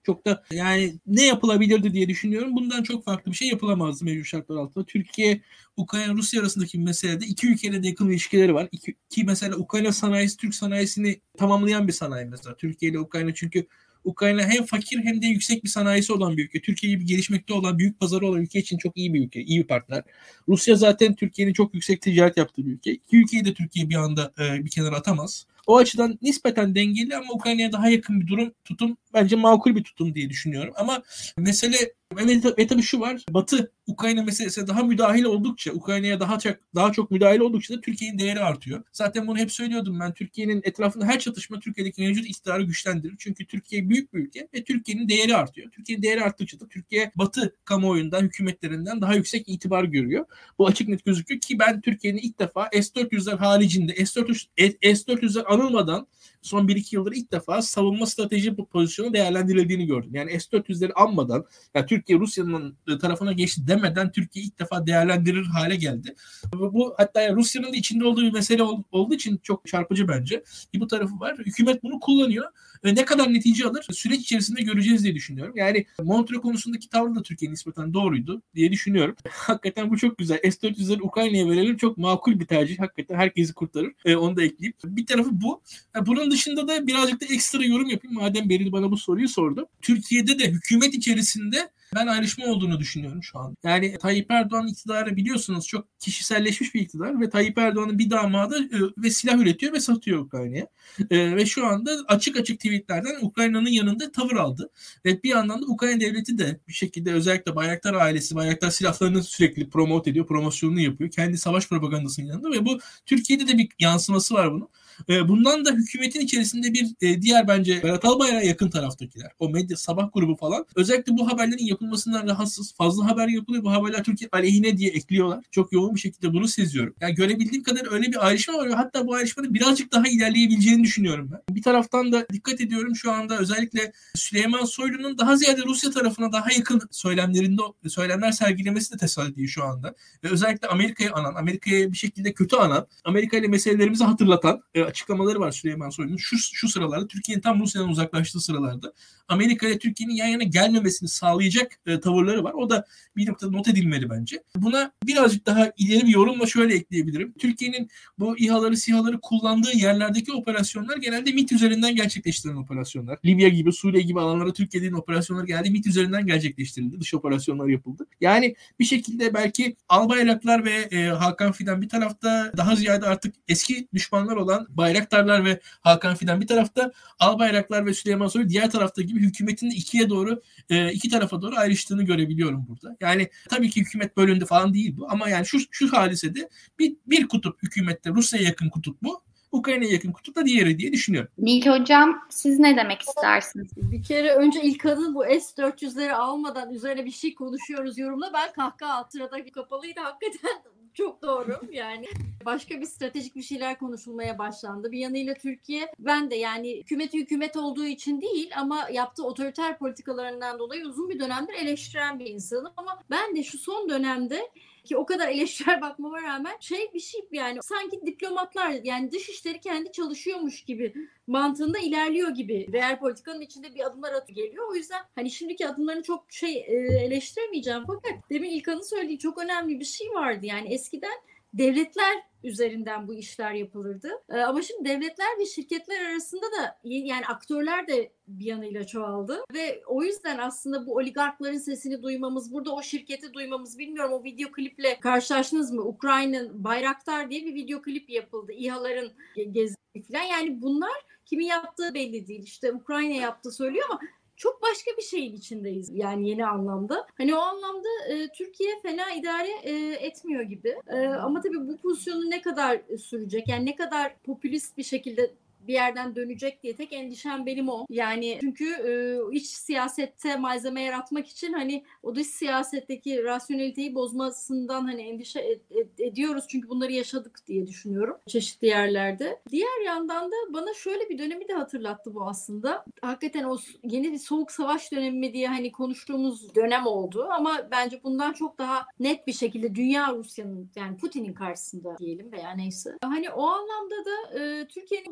Çok da yani ne yapılabilirdi diye düşünüyorum. Bundan çok farklı bir şey yapılamazdı mevcut şartlar altında. Türkiye, Ukrayna, Rusya arasındaki bir meselede iki ülkeyle de yakın ilişkileri var. İki, ki mesela Ukrayna sanayisi Türk sanayisini tamamlayan bir sanayi mesela. Türkiye ile Ukrayna, çünkü Ukrayna hem fakir hem de yüksek bir sanayisi olan bir ülke. Türkiye gibi gelişmekte olan, büyük pazarı olan ülke için çok iyi bir ülke, iyi bir partner. Rusya zaten Türkiye'nin çok yüksek ticaret yaptığı bir ülke. İki ülkeyi de Türkiye bir anda e, bir kenara atamaz. O açıdan nispeten dengeli ama Ukrayna'ya daha yakın bir durum, tutum bence makul bir tutum diye düşünüyorum. Ama mesele ve, ve tabii şu var. Batı Ukrayna meselesine daha müdahil oldukça, Ukrayna'ya daha çok daha çok müdahil oldukça da Türkiye'nin değeri artıyor. Zaten bunu hep söylüyordum ben. Türkiye'nin etrafında her çatışma Türkiye'deki mevcut iktidarı güçlendirir. Çünkü Türkiye büyük bir ülke ve Türkiye'nin değeri artıyor. Türkiye'nin değeri arttıkça da Türkiye Batı kamuoyundan, hükümetlerinden daha yüksek itibar görüyor. Bu açık net gözüküyor ki ben Türkiye'nin ilk defa S dört yüzler haricinde, S dört yüzler anılmadan son bir iki yıldır ilk defa savunma strateji pozisyonu değerlendirildiğini gördüm. Yani S dört yüzleri anmadan, yani Türkiye Rusya'nın tarafına geçti demeden Türkiye ilk defa değerlendirir hale geldi. Bu hatta yani Rusya'nın da içinde olduğu bir mesele olduğu için çok çarpıcı bence. Bu tarafı var. Hükümet bunu kullanıyor ve ne kadar netice alır süreç içerisinde göreceğiz diye düşünüyorum. Yani Montreux konusundaki tavrı da Türkiye'nin nispeten doğruydu diye düşünüyorum. Hakikaten bu çok güzel. S dört yüzleri Ukrayna'ya verelim, çok makul bir tercih. Hakikaten herkesi kurtarır. Ee, onu da ekleyeyim. Bir tarafı bu. Bunun dışında da birazcık da ekstra yorum yapayım. Madem Beril bana bu soruyu sordu. Türkiye'de de hükümet içerisinde ben ayrışma olduğunu düşünüyorum şu an. Yani Tayyip Erdoğan iktidarı biliyorsunuz çok kişiselleşmiş bir iktidar ve Tayyip Erdoğan'ın bir damadı e, ve silah üretiyor ve satıyor Ukrayna'ya. E, ve şu anda açık açık tweetlerden Ukrayna'nın yanında tavır aldı. Ve bir yandan da Ukrayna devleti de bir şekilde özellikle Bayraktar ailesi, Bayraktar silahlarını sürekli promote ediyor, promosyonunu yapıyor. Kendi savaş propagandasının yanında ve bu Türkiye'de de bir yansıması var bunun. Bundan da hükümetin içerisinde bir e, diğer bence Berat Albayrak'a yakın taraftakiler, o medya sabah grubu falan özellikle bu haberlerin yapılmasından rahatsız. Fazla haber yapılıyor. Bu haberler Türkiye aleyhine diye ekliyorlar. Çok yoğun bir şekilde bunu seziyorum. Yani görebildiğim kadar öyle bir ayrışma var ve hatta bu ayrışmanın birazcık daha ilerleyebileceğini düşünüyorum ben. Bir taraftan da dikkat ediyorum şu anda özellikle Süleyman Soylu'nun daha ziyade Rusya tarafına daha yakın söylemlerinde söylemler sergilemesi de tesadüf değil şu anda. Ve özellikle Amerika'ya anan, Amerika'ya bir şekilde kötü anan, Amerika ile meselelerimizi hatırlatan e, açıklamaları var Süleyman Soylu'nun. Şu, şu sıralarda Türkiye'nin tam Rusya'dan uzaklaştığı sıralarda Amerika ile Türkiye'nin yan yana gelmemesini sağlayacak e, tavırları var. O da bir noktada not edilmeli bence. Buna birazcık daha ileri bir yorumla şöyle ekleyebilirim. Türkiye'nin bu İHA'ları, SİHA'ları kullandığı yerlerdeki operasyonlar genelde MİT üzerinden gerçekleştirilen operasyonlar. Libya gibi, Suriye gibi alanlara Türkiye'nin operasyonları geldi. MİT üzerinden gerçekleştirildi. Dış operasyonlar yapıldı. Yani bir şekilde belki Albayraklar ve e, Hakan Fidan bir tarafta, daha ziyade artık eski düşmanlar olan Bayraktarlar ve Hakan Fidan bir tarafta, Albayraklar ve Süleyman Soylu diğer tarafta gibi hükümetin de ikiye doğru, e, iki tarafa doğru ayrıştığını görebiliyorum burada. Yani tabii ki hükümet bölündü falan değil bu ama yani şu şu hadisede bir, bir kutup hükümette Rusya'ya yakın kutup bu. Ukrayna'ya yakın kutup da diğeri diye düşünüyorum. Nil Hocam siz ne demek istersiniz? Bir kere önce İlkan'ın bu S dört yüzleri almadan üzerine bir şey konuşuyoruz yorumla ben kahkaha attırada kapalıydı hakikaten. Çok doğru yani başka bir stratejik bir şeyler konuşulmaya başlandı. Bir yanıyla Türkiye ben de yani hükümeti hükümet olduğu için değil ama yaptığı otoriter politikalarından dolayı uzun bir dönemdir eleştiren bir insanım. Ama ben de şu son dönemde ki o kadar eleştirel bakmama rağmen şey bir şey yani sanki diplomatlar yani dışişleri kendi çalışıyormuş gibi mantığında ilerliyor gibi. Real politikanın içinde bir adımlar atıyor geliyor. O yüzden hani şimdiki adımlarını çok şey eleştiremeyeceğim. Fakat demin İlkan'ın söylediği çok önemli bir şey vardı. Yani eskiden devletler üzerinden bu işler yapılırdı. Ee, ama şimdi devletler ve şirketler arasında da yani aktörler de bir yanıyla çoğaldı. Ve o yüzden aslında bu oligarkların sesini duymamız, burada o şirketi duymamız, bilmiyorum o video kliple karşılaştınız mı? Ukrayna'nın Bayraktar diye bir video klip yapıldı. İHA'ların gezdiği falan. Yani bunlar kimin yaptığı belli değil. İşte Ukrayna yaptığı söylüyor ama çok başka bir şeyin içindeyiz yani yeni anlamda. Hani o anlamda e, Türkiye fena idare e, etmiyor gibi. E, ama tabii bu pozisyonu ne kadar sürecek? Yani ne kadar popülist bir şekilde bir yerden dönecek diye tek endişem benim o. Yani çünkü e, iç siyasette malzeme yaratmak için hani o dış siyasetteki rasyoneliteyi bozmasından hani endişe ed- ed- ediyoruz. Çünkü bunları yaşadık diye düşünüyorum çeşitli yerlerde. Diğer yandan da bana şöyle bir dönemi de hatırlattı bu aslında. Hakikaten o yeni bir soğuk savaş dönemi mi diye hani konuştuğumuz dönem oldu ama bence bundan çok daha net bir şekilde dünya Rusya'nın yani Putin'in karşısında diyelim veya neyse. Hani o anlamda da e, Türkiye'nin bir yanıyla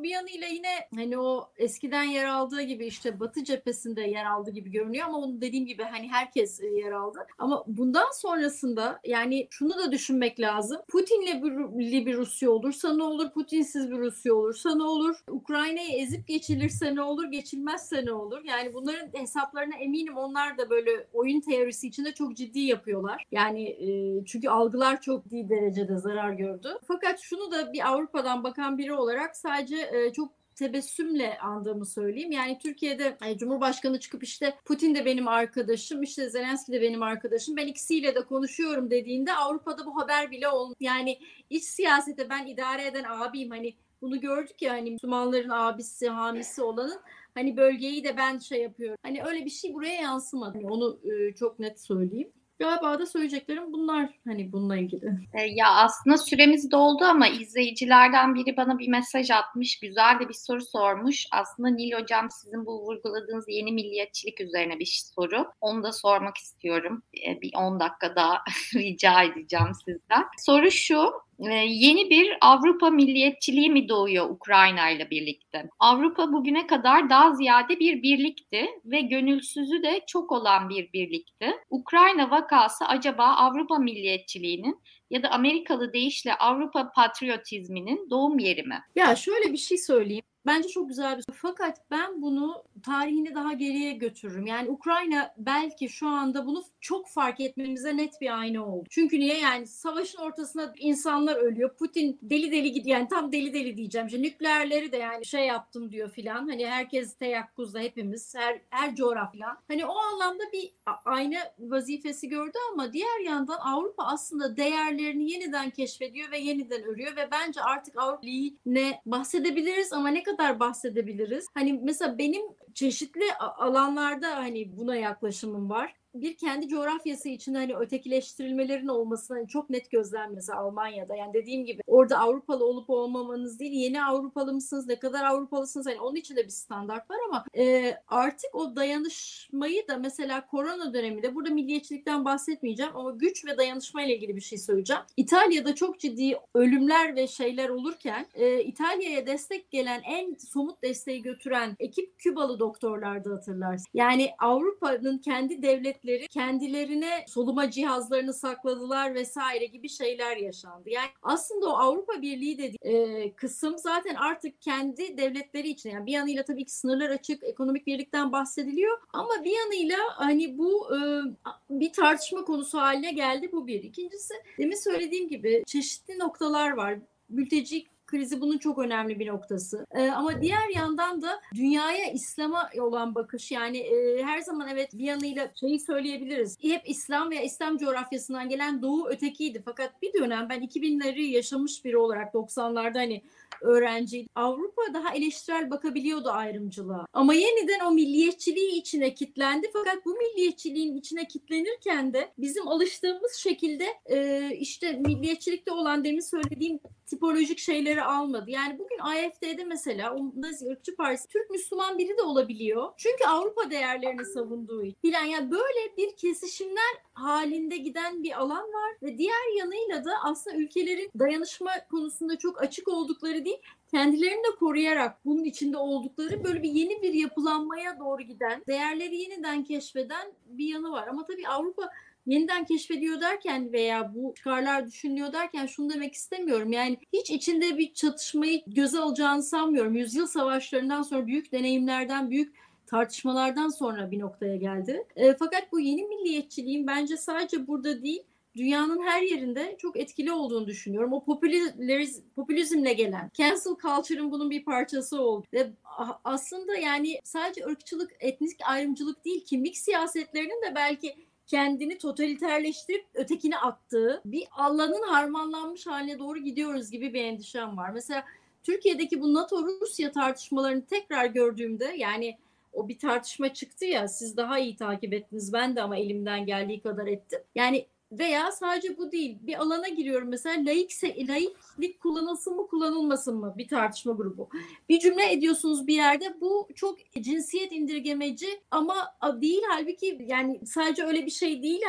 dolayısıyla yine hani o eskiden yer aldığı gibi işte Batı cephesinde yer aldığı gibi görünüyor ama onun dediğim gibi hani herkes yer aldı. Ama bundan sonrasında yani şunu da düşünmek lazım. Putin'le bir, bir Rusya olursa ne olur? Putinsiz bir Rusya olursa ne olur? Ukrayna'yı ezip geçilirse ne olur? Geçilmezse ne olur? Yani bunların hesaplarına eminim onlar da böyle oyun teorisi içinde çok ciddi yapıyorlar. Yani e, çünkü algılar çok ciddi derecede zarar gördü. Fakat şunu da bir Avrupa'dan bakan biri olarak sadece e, çok tebessümle andığımı söyleyeyim. Yani Türkiye'de e, Cumhurbaşkanı çıkıp işte Putin de benim arkadaşım, işte Zelenski de benim arkadaşım, ben ikisiyle de konuşuyorum dediğinde Avrupa'da bu haber bile olmuyor. Yani iç siyasete ben idare eden abiyim, hani bunu gördük ya, hani Müslümanların abisi, hamisi olanın hani bölgeyi de ben şey yapıyorum. Hani öyle bir şey buraya yansımadı. Yani onu e, çok net söyleyeyim. Galiba da söyleyeceklerim bunlar hani bununla ilgili. Ya aslında süremiz doldu ama izleyicilerden biri bana bir mesaj atmış. Güzel de bir soru sormuş. Aslında Nil Hocam sizin bu vurguladığınız yeni milliyetçilik üzerine bir soru. Onu da sormak istiyorum. Bir on dakika daha rica edeceğim sizden. Soru şu. Yeni bir Avrupa milliyetçiliği mi doğuyor Ukrayna ile birlikte? Avrupa bugüne kadar daha ziyade bir birlikti ve gönülsüzü de çok olan bir birlikti. Ukrayna vakası acaba Avrupa milliyetçiliğinin ya da Amerikalı deyişle Avrupa patriotizminin doğum yeri mi? Ya şöyle bir şey söyleyeyim. Bence çok güzel bir soru. Fakat ben bunu tarihini daha geriye götürürüm. Yani Ukrayna belki şu anda bunu çok fark etmemize net bir ayna oldu. Çünkü niye? Yani savaşın ortasında insanlar ölüyor. Putin deli deli gidiyor. Yani tam deli deli diyeceğim. İşte nükleerleri de yani şey yaptım diyor filan. Hani herkes teyakkuzda, hepimiz, her, her coğrafya. Hani o anlamda bir ayna vazifesi gördü ama diğer yandan Avrupa aslında değerlerini yeniden keşfediyor ve yeniden örüyor ve bence artık Avrupa'yı bahsedebiliriz ama ne kadar kadar bahsedebiliriz? Hani mesela benim çeşitli alanlarda hani buna yaklaşımım var. Bir kendi coğrafyası için hani ötekileştirilmelerin olmasını hani çok net gözlem mesela Almanya'da. Yani dediğim gibi orada Avrupalı olup olmamanız değil, yeni Avrupalı mısınız, ne kadar Avrupalısınız, hani onun için de bir standart var ama e, artık o dayanışmayı da mesela korona döneminde, burada milliyetçilikten bahsetmeyeceğim ama güç ve dayanışma ile ilgili bir şey söyleyeceğim. İtalya'da çok ciddi ölümler ve şeyler olurken e, İtalya'ya destek gelen, en somut desteği götüren ekip Kübalı doktorlardı, hatırlarsın. Yani Avrupa'nın kendi devlet kendilerine soluma cihazlarını sakladılar vesaire gibi şeyler yaşandı. Yani aslında o Avrupa Birliği dediği e, kısım zaten artık kendi devletleri için, yani bir yanıyla tabii ki sınırlar açık, ekonomik birlikten bahsediliyor ama bir yanıyla hani bu e, bir tartışma konusu haline geldi, bu bir. İkincisi, demin söylediğim gibi çeşitli noktalar var. Mülteci krizi bunun çok önemli bir noktası. Ee, ama diğer yandan da dünyaya, İslam'a olan bakış, yani e, her zaman evet bir yanıyla şeyi söyleyebiliriz. Hep İslam veya İslam coğrafyasından gelen Doğu ötekiydi. Fakat bir dönem ben iki binleri yaşamış biri olarak doksanlarda hani öğrenciydim. Avrupa daha eleştirel bakabiliyordu ayrımcılığa. Ama yeniden o milliyetçiliği içine kitlendi. Fakat bu milliyetçiliğin içine kitlenirken de bizim alıştığımız şekilde e, işte milliyetçilikte olan demin söylediğim tipolojik şeyleri almadı. Yani bugün A F D'de mesela o Nazi ırkçı partisi Türk Müslüman biri de olabiliyor. Çünkü Avrupa değerlerini savunduğu için. Bilen, yani böyle bir kesişimler halinde giden bir alan var ve diğer yanıyla da aslında ülkelerin dayanışma konusunda çok açık oldukları değil, kendilerini de koruyarak bunun içinde oldukları böyle bir yeni bir yapılanmaya doğru giden, değerleri yeniden keşfeden bir yanı var. Ama tabii Avrupa yeniden keşfediyor derken veya bu çıkarlar düşünülüyor derken şunu demek istemiyorum. Yani hiç içinde bir çatışmayı göze alacağını sanmıyorum. Yüzyıl savaşlarından sonra, büyük deneyimlerden, büyük tartışmalardan sonra bir noktaya geldi. E, fakat bu yeni milliyetçiliğin bence sadece burada değil, dünyanın her yerinde çok etkili olduğunu düşünüyorum. O popüleriz, popülizmle gelen, cancel culture'ın bunun bir parçası oldu. Ve aslında yani sadece ırkçılık, etnik ayrımcılık değil, kimlik siyasetlerinin de belki kendini totaliterleştirip ötekine attığı bir alanın harmanlanmış haline doğru gidiyoruz gibi bir endişem var. Mesela Türkiye'deki bu NATO-Rusya tartışmalarını tekrar gördüğümde, yani o bir tartışma çıktı ya, siz daha iyi takip ettiniz, ben de ama elimden geldiği kadar ettim. Yani veya sadece bu değil, bir alana giriyorum mesela, laikse, laiklik kullanılsın mı kullanılmasın mı bir tartışma grubu. Bir cümle ediyorsunuz bir yerde, bu çok cinsiyet indirgemeci ama değil, halbuki yani sadece öyle bir şey değil, hani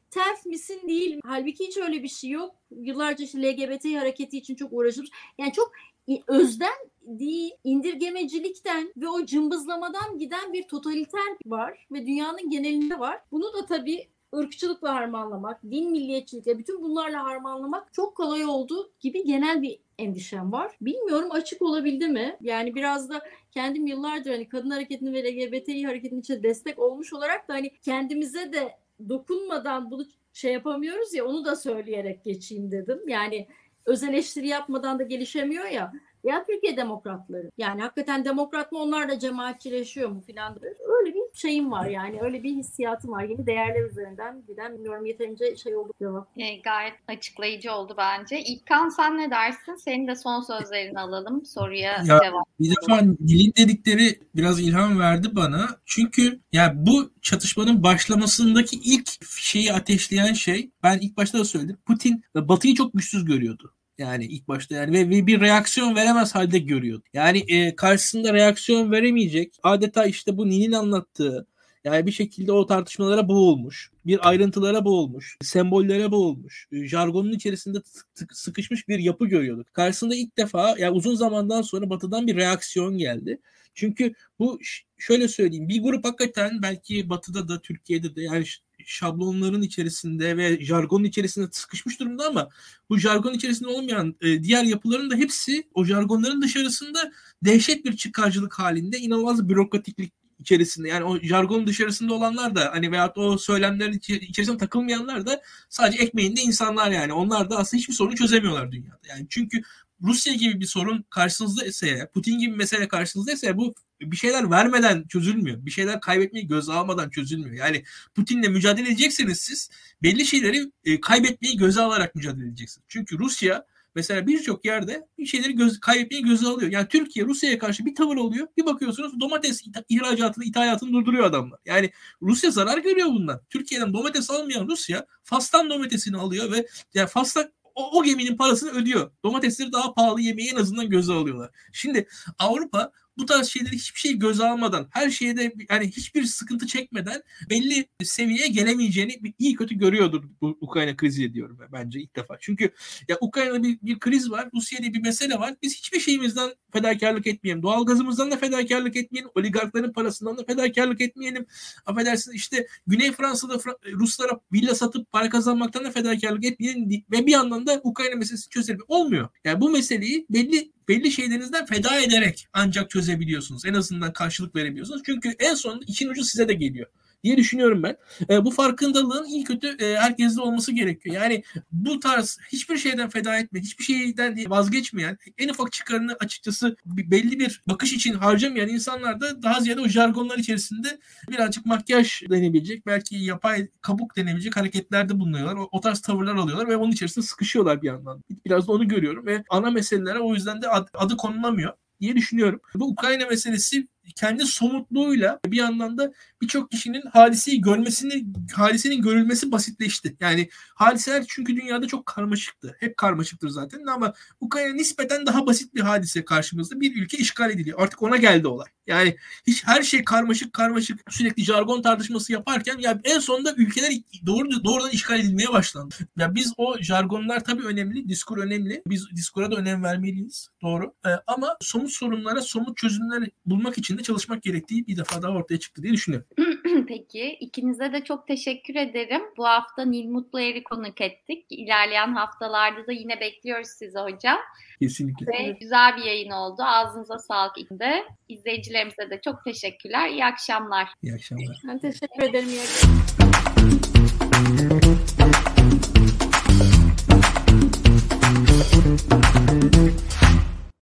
telf misin değil. Halbuki hiç öyle bir şey yok. Yıllarca işte L G B T hareketi için çok uğraşılmış. Yani çok özden değil, indirgemecilikten ve o cımbızlamadan giden bir totaliter var ve dünyanın genelinde var. Bunu da tabii ırkçılıkla harmanlamak, din milliyetçilikle, bütün bunlarla harmanlamak çok kolay oldu gibi genel bir endişem var. Bilmiyorum açık olabildi mi? Yani biraz da kendim yıllardır hani kadın hareketinin ve L G B T hareketinin içine destek olmuş olarak da hani kendimize de dokunmadan bunu şey yapamıyoruz ya, onu da söyleyerek geçeyim dedim. Yani öz eleştiri yapmadan da gelişemiyor ya. Ya Türkiye demokratları. Yani hakikaten demokrat mı, onlar da cemaatçileşiyor mu filan. Öyle bir şeyim var yani. Öyle bir hissiyatım var. Yeni değerler üzerinden giden, bilmiyorum yeterince şey oldu cevap. E, gayet açıklayıcı oldu bence. İlkan sen ne dersin? Senin de son sözlerini alalım. Soruya ya, cevap. Bir defa Nil'in dedikleri biraz ilham verdi bana. Çünkü ya bu çatışmanın başlamasındaki ilk şeyi ateşleyen şey, ben ilk başta da söyledim. Putin Batı'yı çok güçsüz görüyordu. Yani ilk başta yani ve, ve bir reaksiyon veremez halde görüyordu. Yani e, karşısında reaksiyon veremeyecek. Adeta işte bu Nil'in anlattığı, yani bir şekilde o tartışmalara boğulmuş, bir ayrıntılara boğulmuş, sembollere boğulmuş, jargonun içerisinde tık, sıkışmış bir yapı görüyorduk. Karşısında ilk defa, yani uzun zamandan sonra Batı'dan bir reaksiyon geldi. Çünkü bu, şöyle söyleyeyim, bir grup hakikaten belki Batı'da da Türkiye'de de yani şablonların içerisinde ve jargonun içerisinde sıkışmış durumda, ama bu jargon içerisinde olmayan e, diğer yapıların da hepsi o jargonların dışarısında dehşet bir çıkarcılık halinde, inanılmaz bürokratiklik içerisinde. Yani o jargonun dışarısında olanlar da hani veyahut o söylemlerin içerisinde takılmayanlar da sadece ekmeğinde insanlar yani. Onlar da aslında hiçbir sorunu çözemiyorlar dünyada. Yani çünkü Rusya gibi bir sorun karşınızda ise, Putin gibi bir mesele karşınızda ise bu bir şeyler vermeden çözülmüyor. Bir şeyler kaybetmeyi göze almadan çözülmüyor. Yani Putin'le mücadele edecekseniz siz belli şeyleri e, kaybetmeyi göze alarak mücadele edeceksiniz. Çünkü Rusya mesela birçok yerde bir şeyleri göz, kaybetmeyi göze alıyor. Yani Türkiye Rusya'ya karşı bir tavır oluyor. Bir bakıyorsunuz domates ihracatını, ithalatını durduruyor adamlar. Yani Rusya zarar görüyor bundan. Türkiye'den domates almayan Rusya Fas'tan domatesini alıyor ve yani Fas'ta o, o geminin parasını ödüyor. Domatesleri daha pahalı yemeği en azından göze alıyorlar. Şimdi Avrupa bu tarz şeyleri hiçbir şey göze almadan, her şeyde yani hiçbir sıkıntı çekmeden belli seviyeye gelemeyeceğini iyi kötü görüyordur bu Ukrayna krizi diyorum ben, bence ilk defa. Çünkü ya Ukrayna'da bir, bir kriz var, Rusya'da bir mesele var. Biz hiçbir şeyimizden fedakarlık etmeyelim. Doğalgazımızdan da fedakarlık etmeyelim. Oligarkların parasından da fedakarlık etmeyelim. Affedersiniz işte Güney Fransa'da Ruslara villa satıp para kazanmaktan da fedakarlık etmeyelim ve bir yandan da Ukrayna meselesi çözelim. Olmuyor. Yani bu meseleyi belli belli şeylerinizden feda ederek ancak çözebiliyorsunuz. En azından karşılık verebiliyorsunuz. Çünkü en sonunda için ucu size de geliyor diye düşünüyorum ben. E, bu farkındalığın iyi kötü e, herkeste olması gerekiyor. Yani bu tarz hiçbir şeyden feda etmeyen, hiçbir şeyden vazgeçmeyen, en ufak çıkarını açıkçası belli bir bakış için harcamayan insanlar da daha ziyade o jargonlar içerisinde birazcık makyaj denebilecek, belki yapay kabuk denebilecek hareketlerde bulunuyorlar. O, o tarz tavırlar alıyorlar ve onun içerisinde sıkışıyorlar bir yandan. Biraz da onu görüyorum ve ana meselelere o yüzden de ad, adı konulamıyor diye düşünüyorum. Bu Ukrayna meselesi kendi somutluğuyla bir yandan da birçok kişinin hadiseyi görmesini, hadisenin görülmesi basitleşti. Yani hadiseler çünkü dünyada çok karmaşıktı. Hep karmaşıktır zaten ama Ukrayna nispeten daha basit bir hadise karşımızda. Bir ülke işgal ediliyor. Artık ona geldi olay. Yani hiç her şey karmaşık karmaşık sürekli jargon tartışması yaparken ya en sonunda ülkeler doğru, doğrudan işgal edilmeye başlandı. Ya biz o jargonlar tabii önemli, diskur önemli. Biz diskura da önem vermeliyiz. Doğru. Ee, ama somut sorunlara somut çözümler bulmak için de çalışmak gerektiği bir defa daha ortaya çıktı diye düşünüyorum. Peki. İkinize de çok teşekkür ederim. Bu hafta Nil Mutluer'i konuk ettik. İlerleyen haftalarda da yine bekliyoruz sizi hocam. Kesinlikle. Ve güzel bir yayın oldu. Ağzınıza sağlık ikinde. İzleyicilerimize de çok teşekkürler. İyi akşamlar. İyi akşamlar. Ben teşekkür ederim. İyi akşamlar.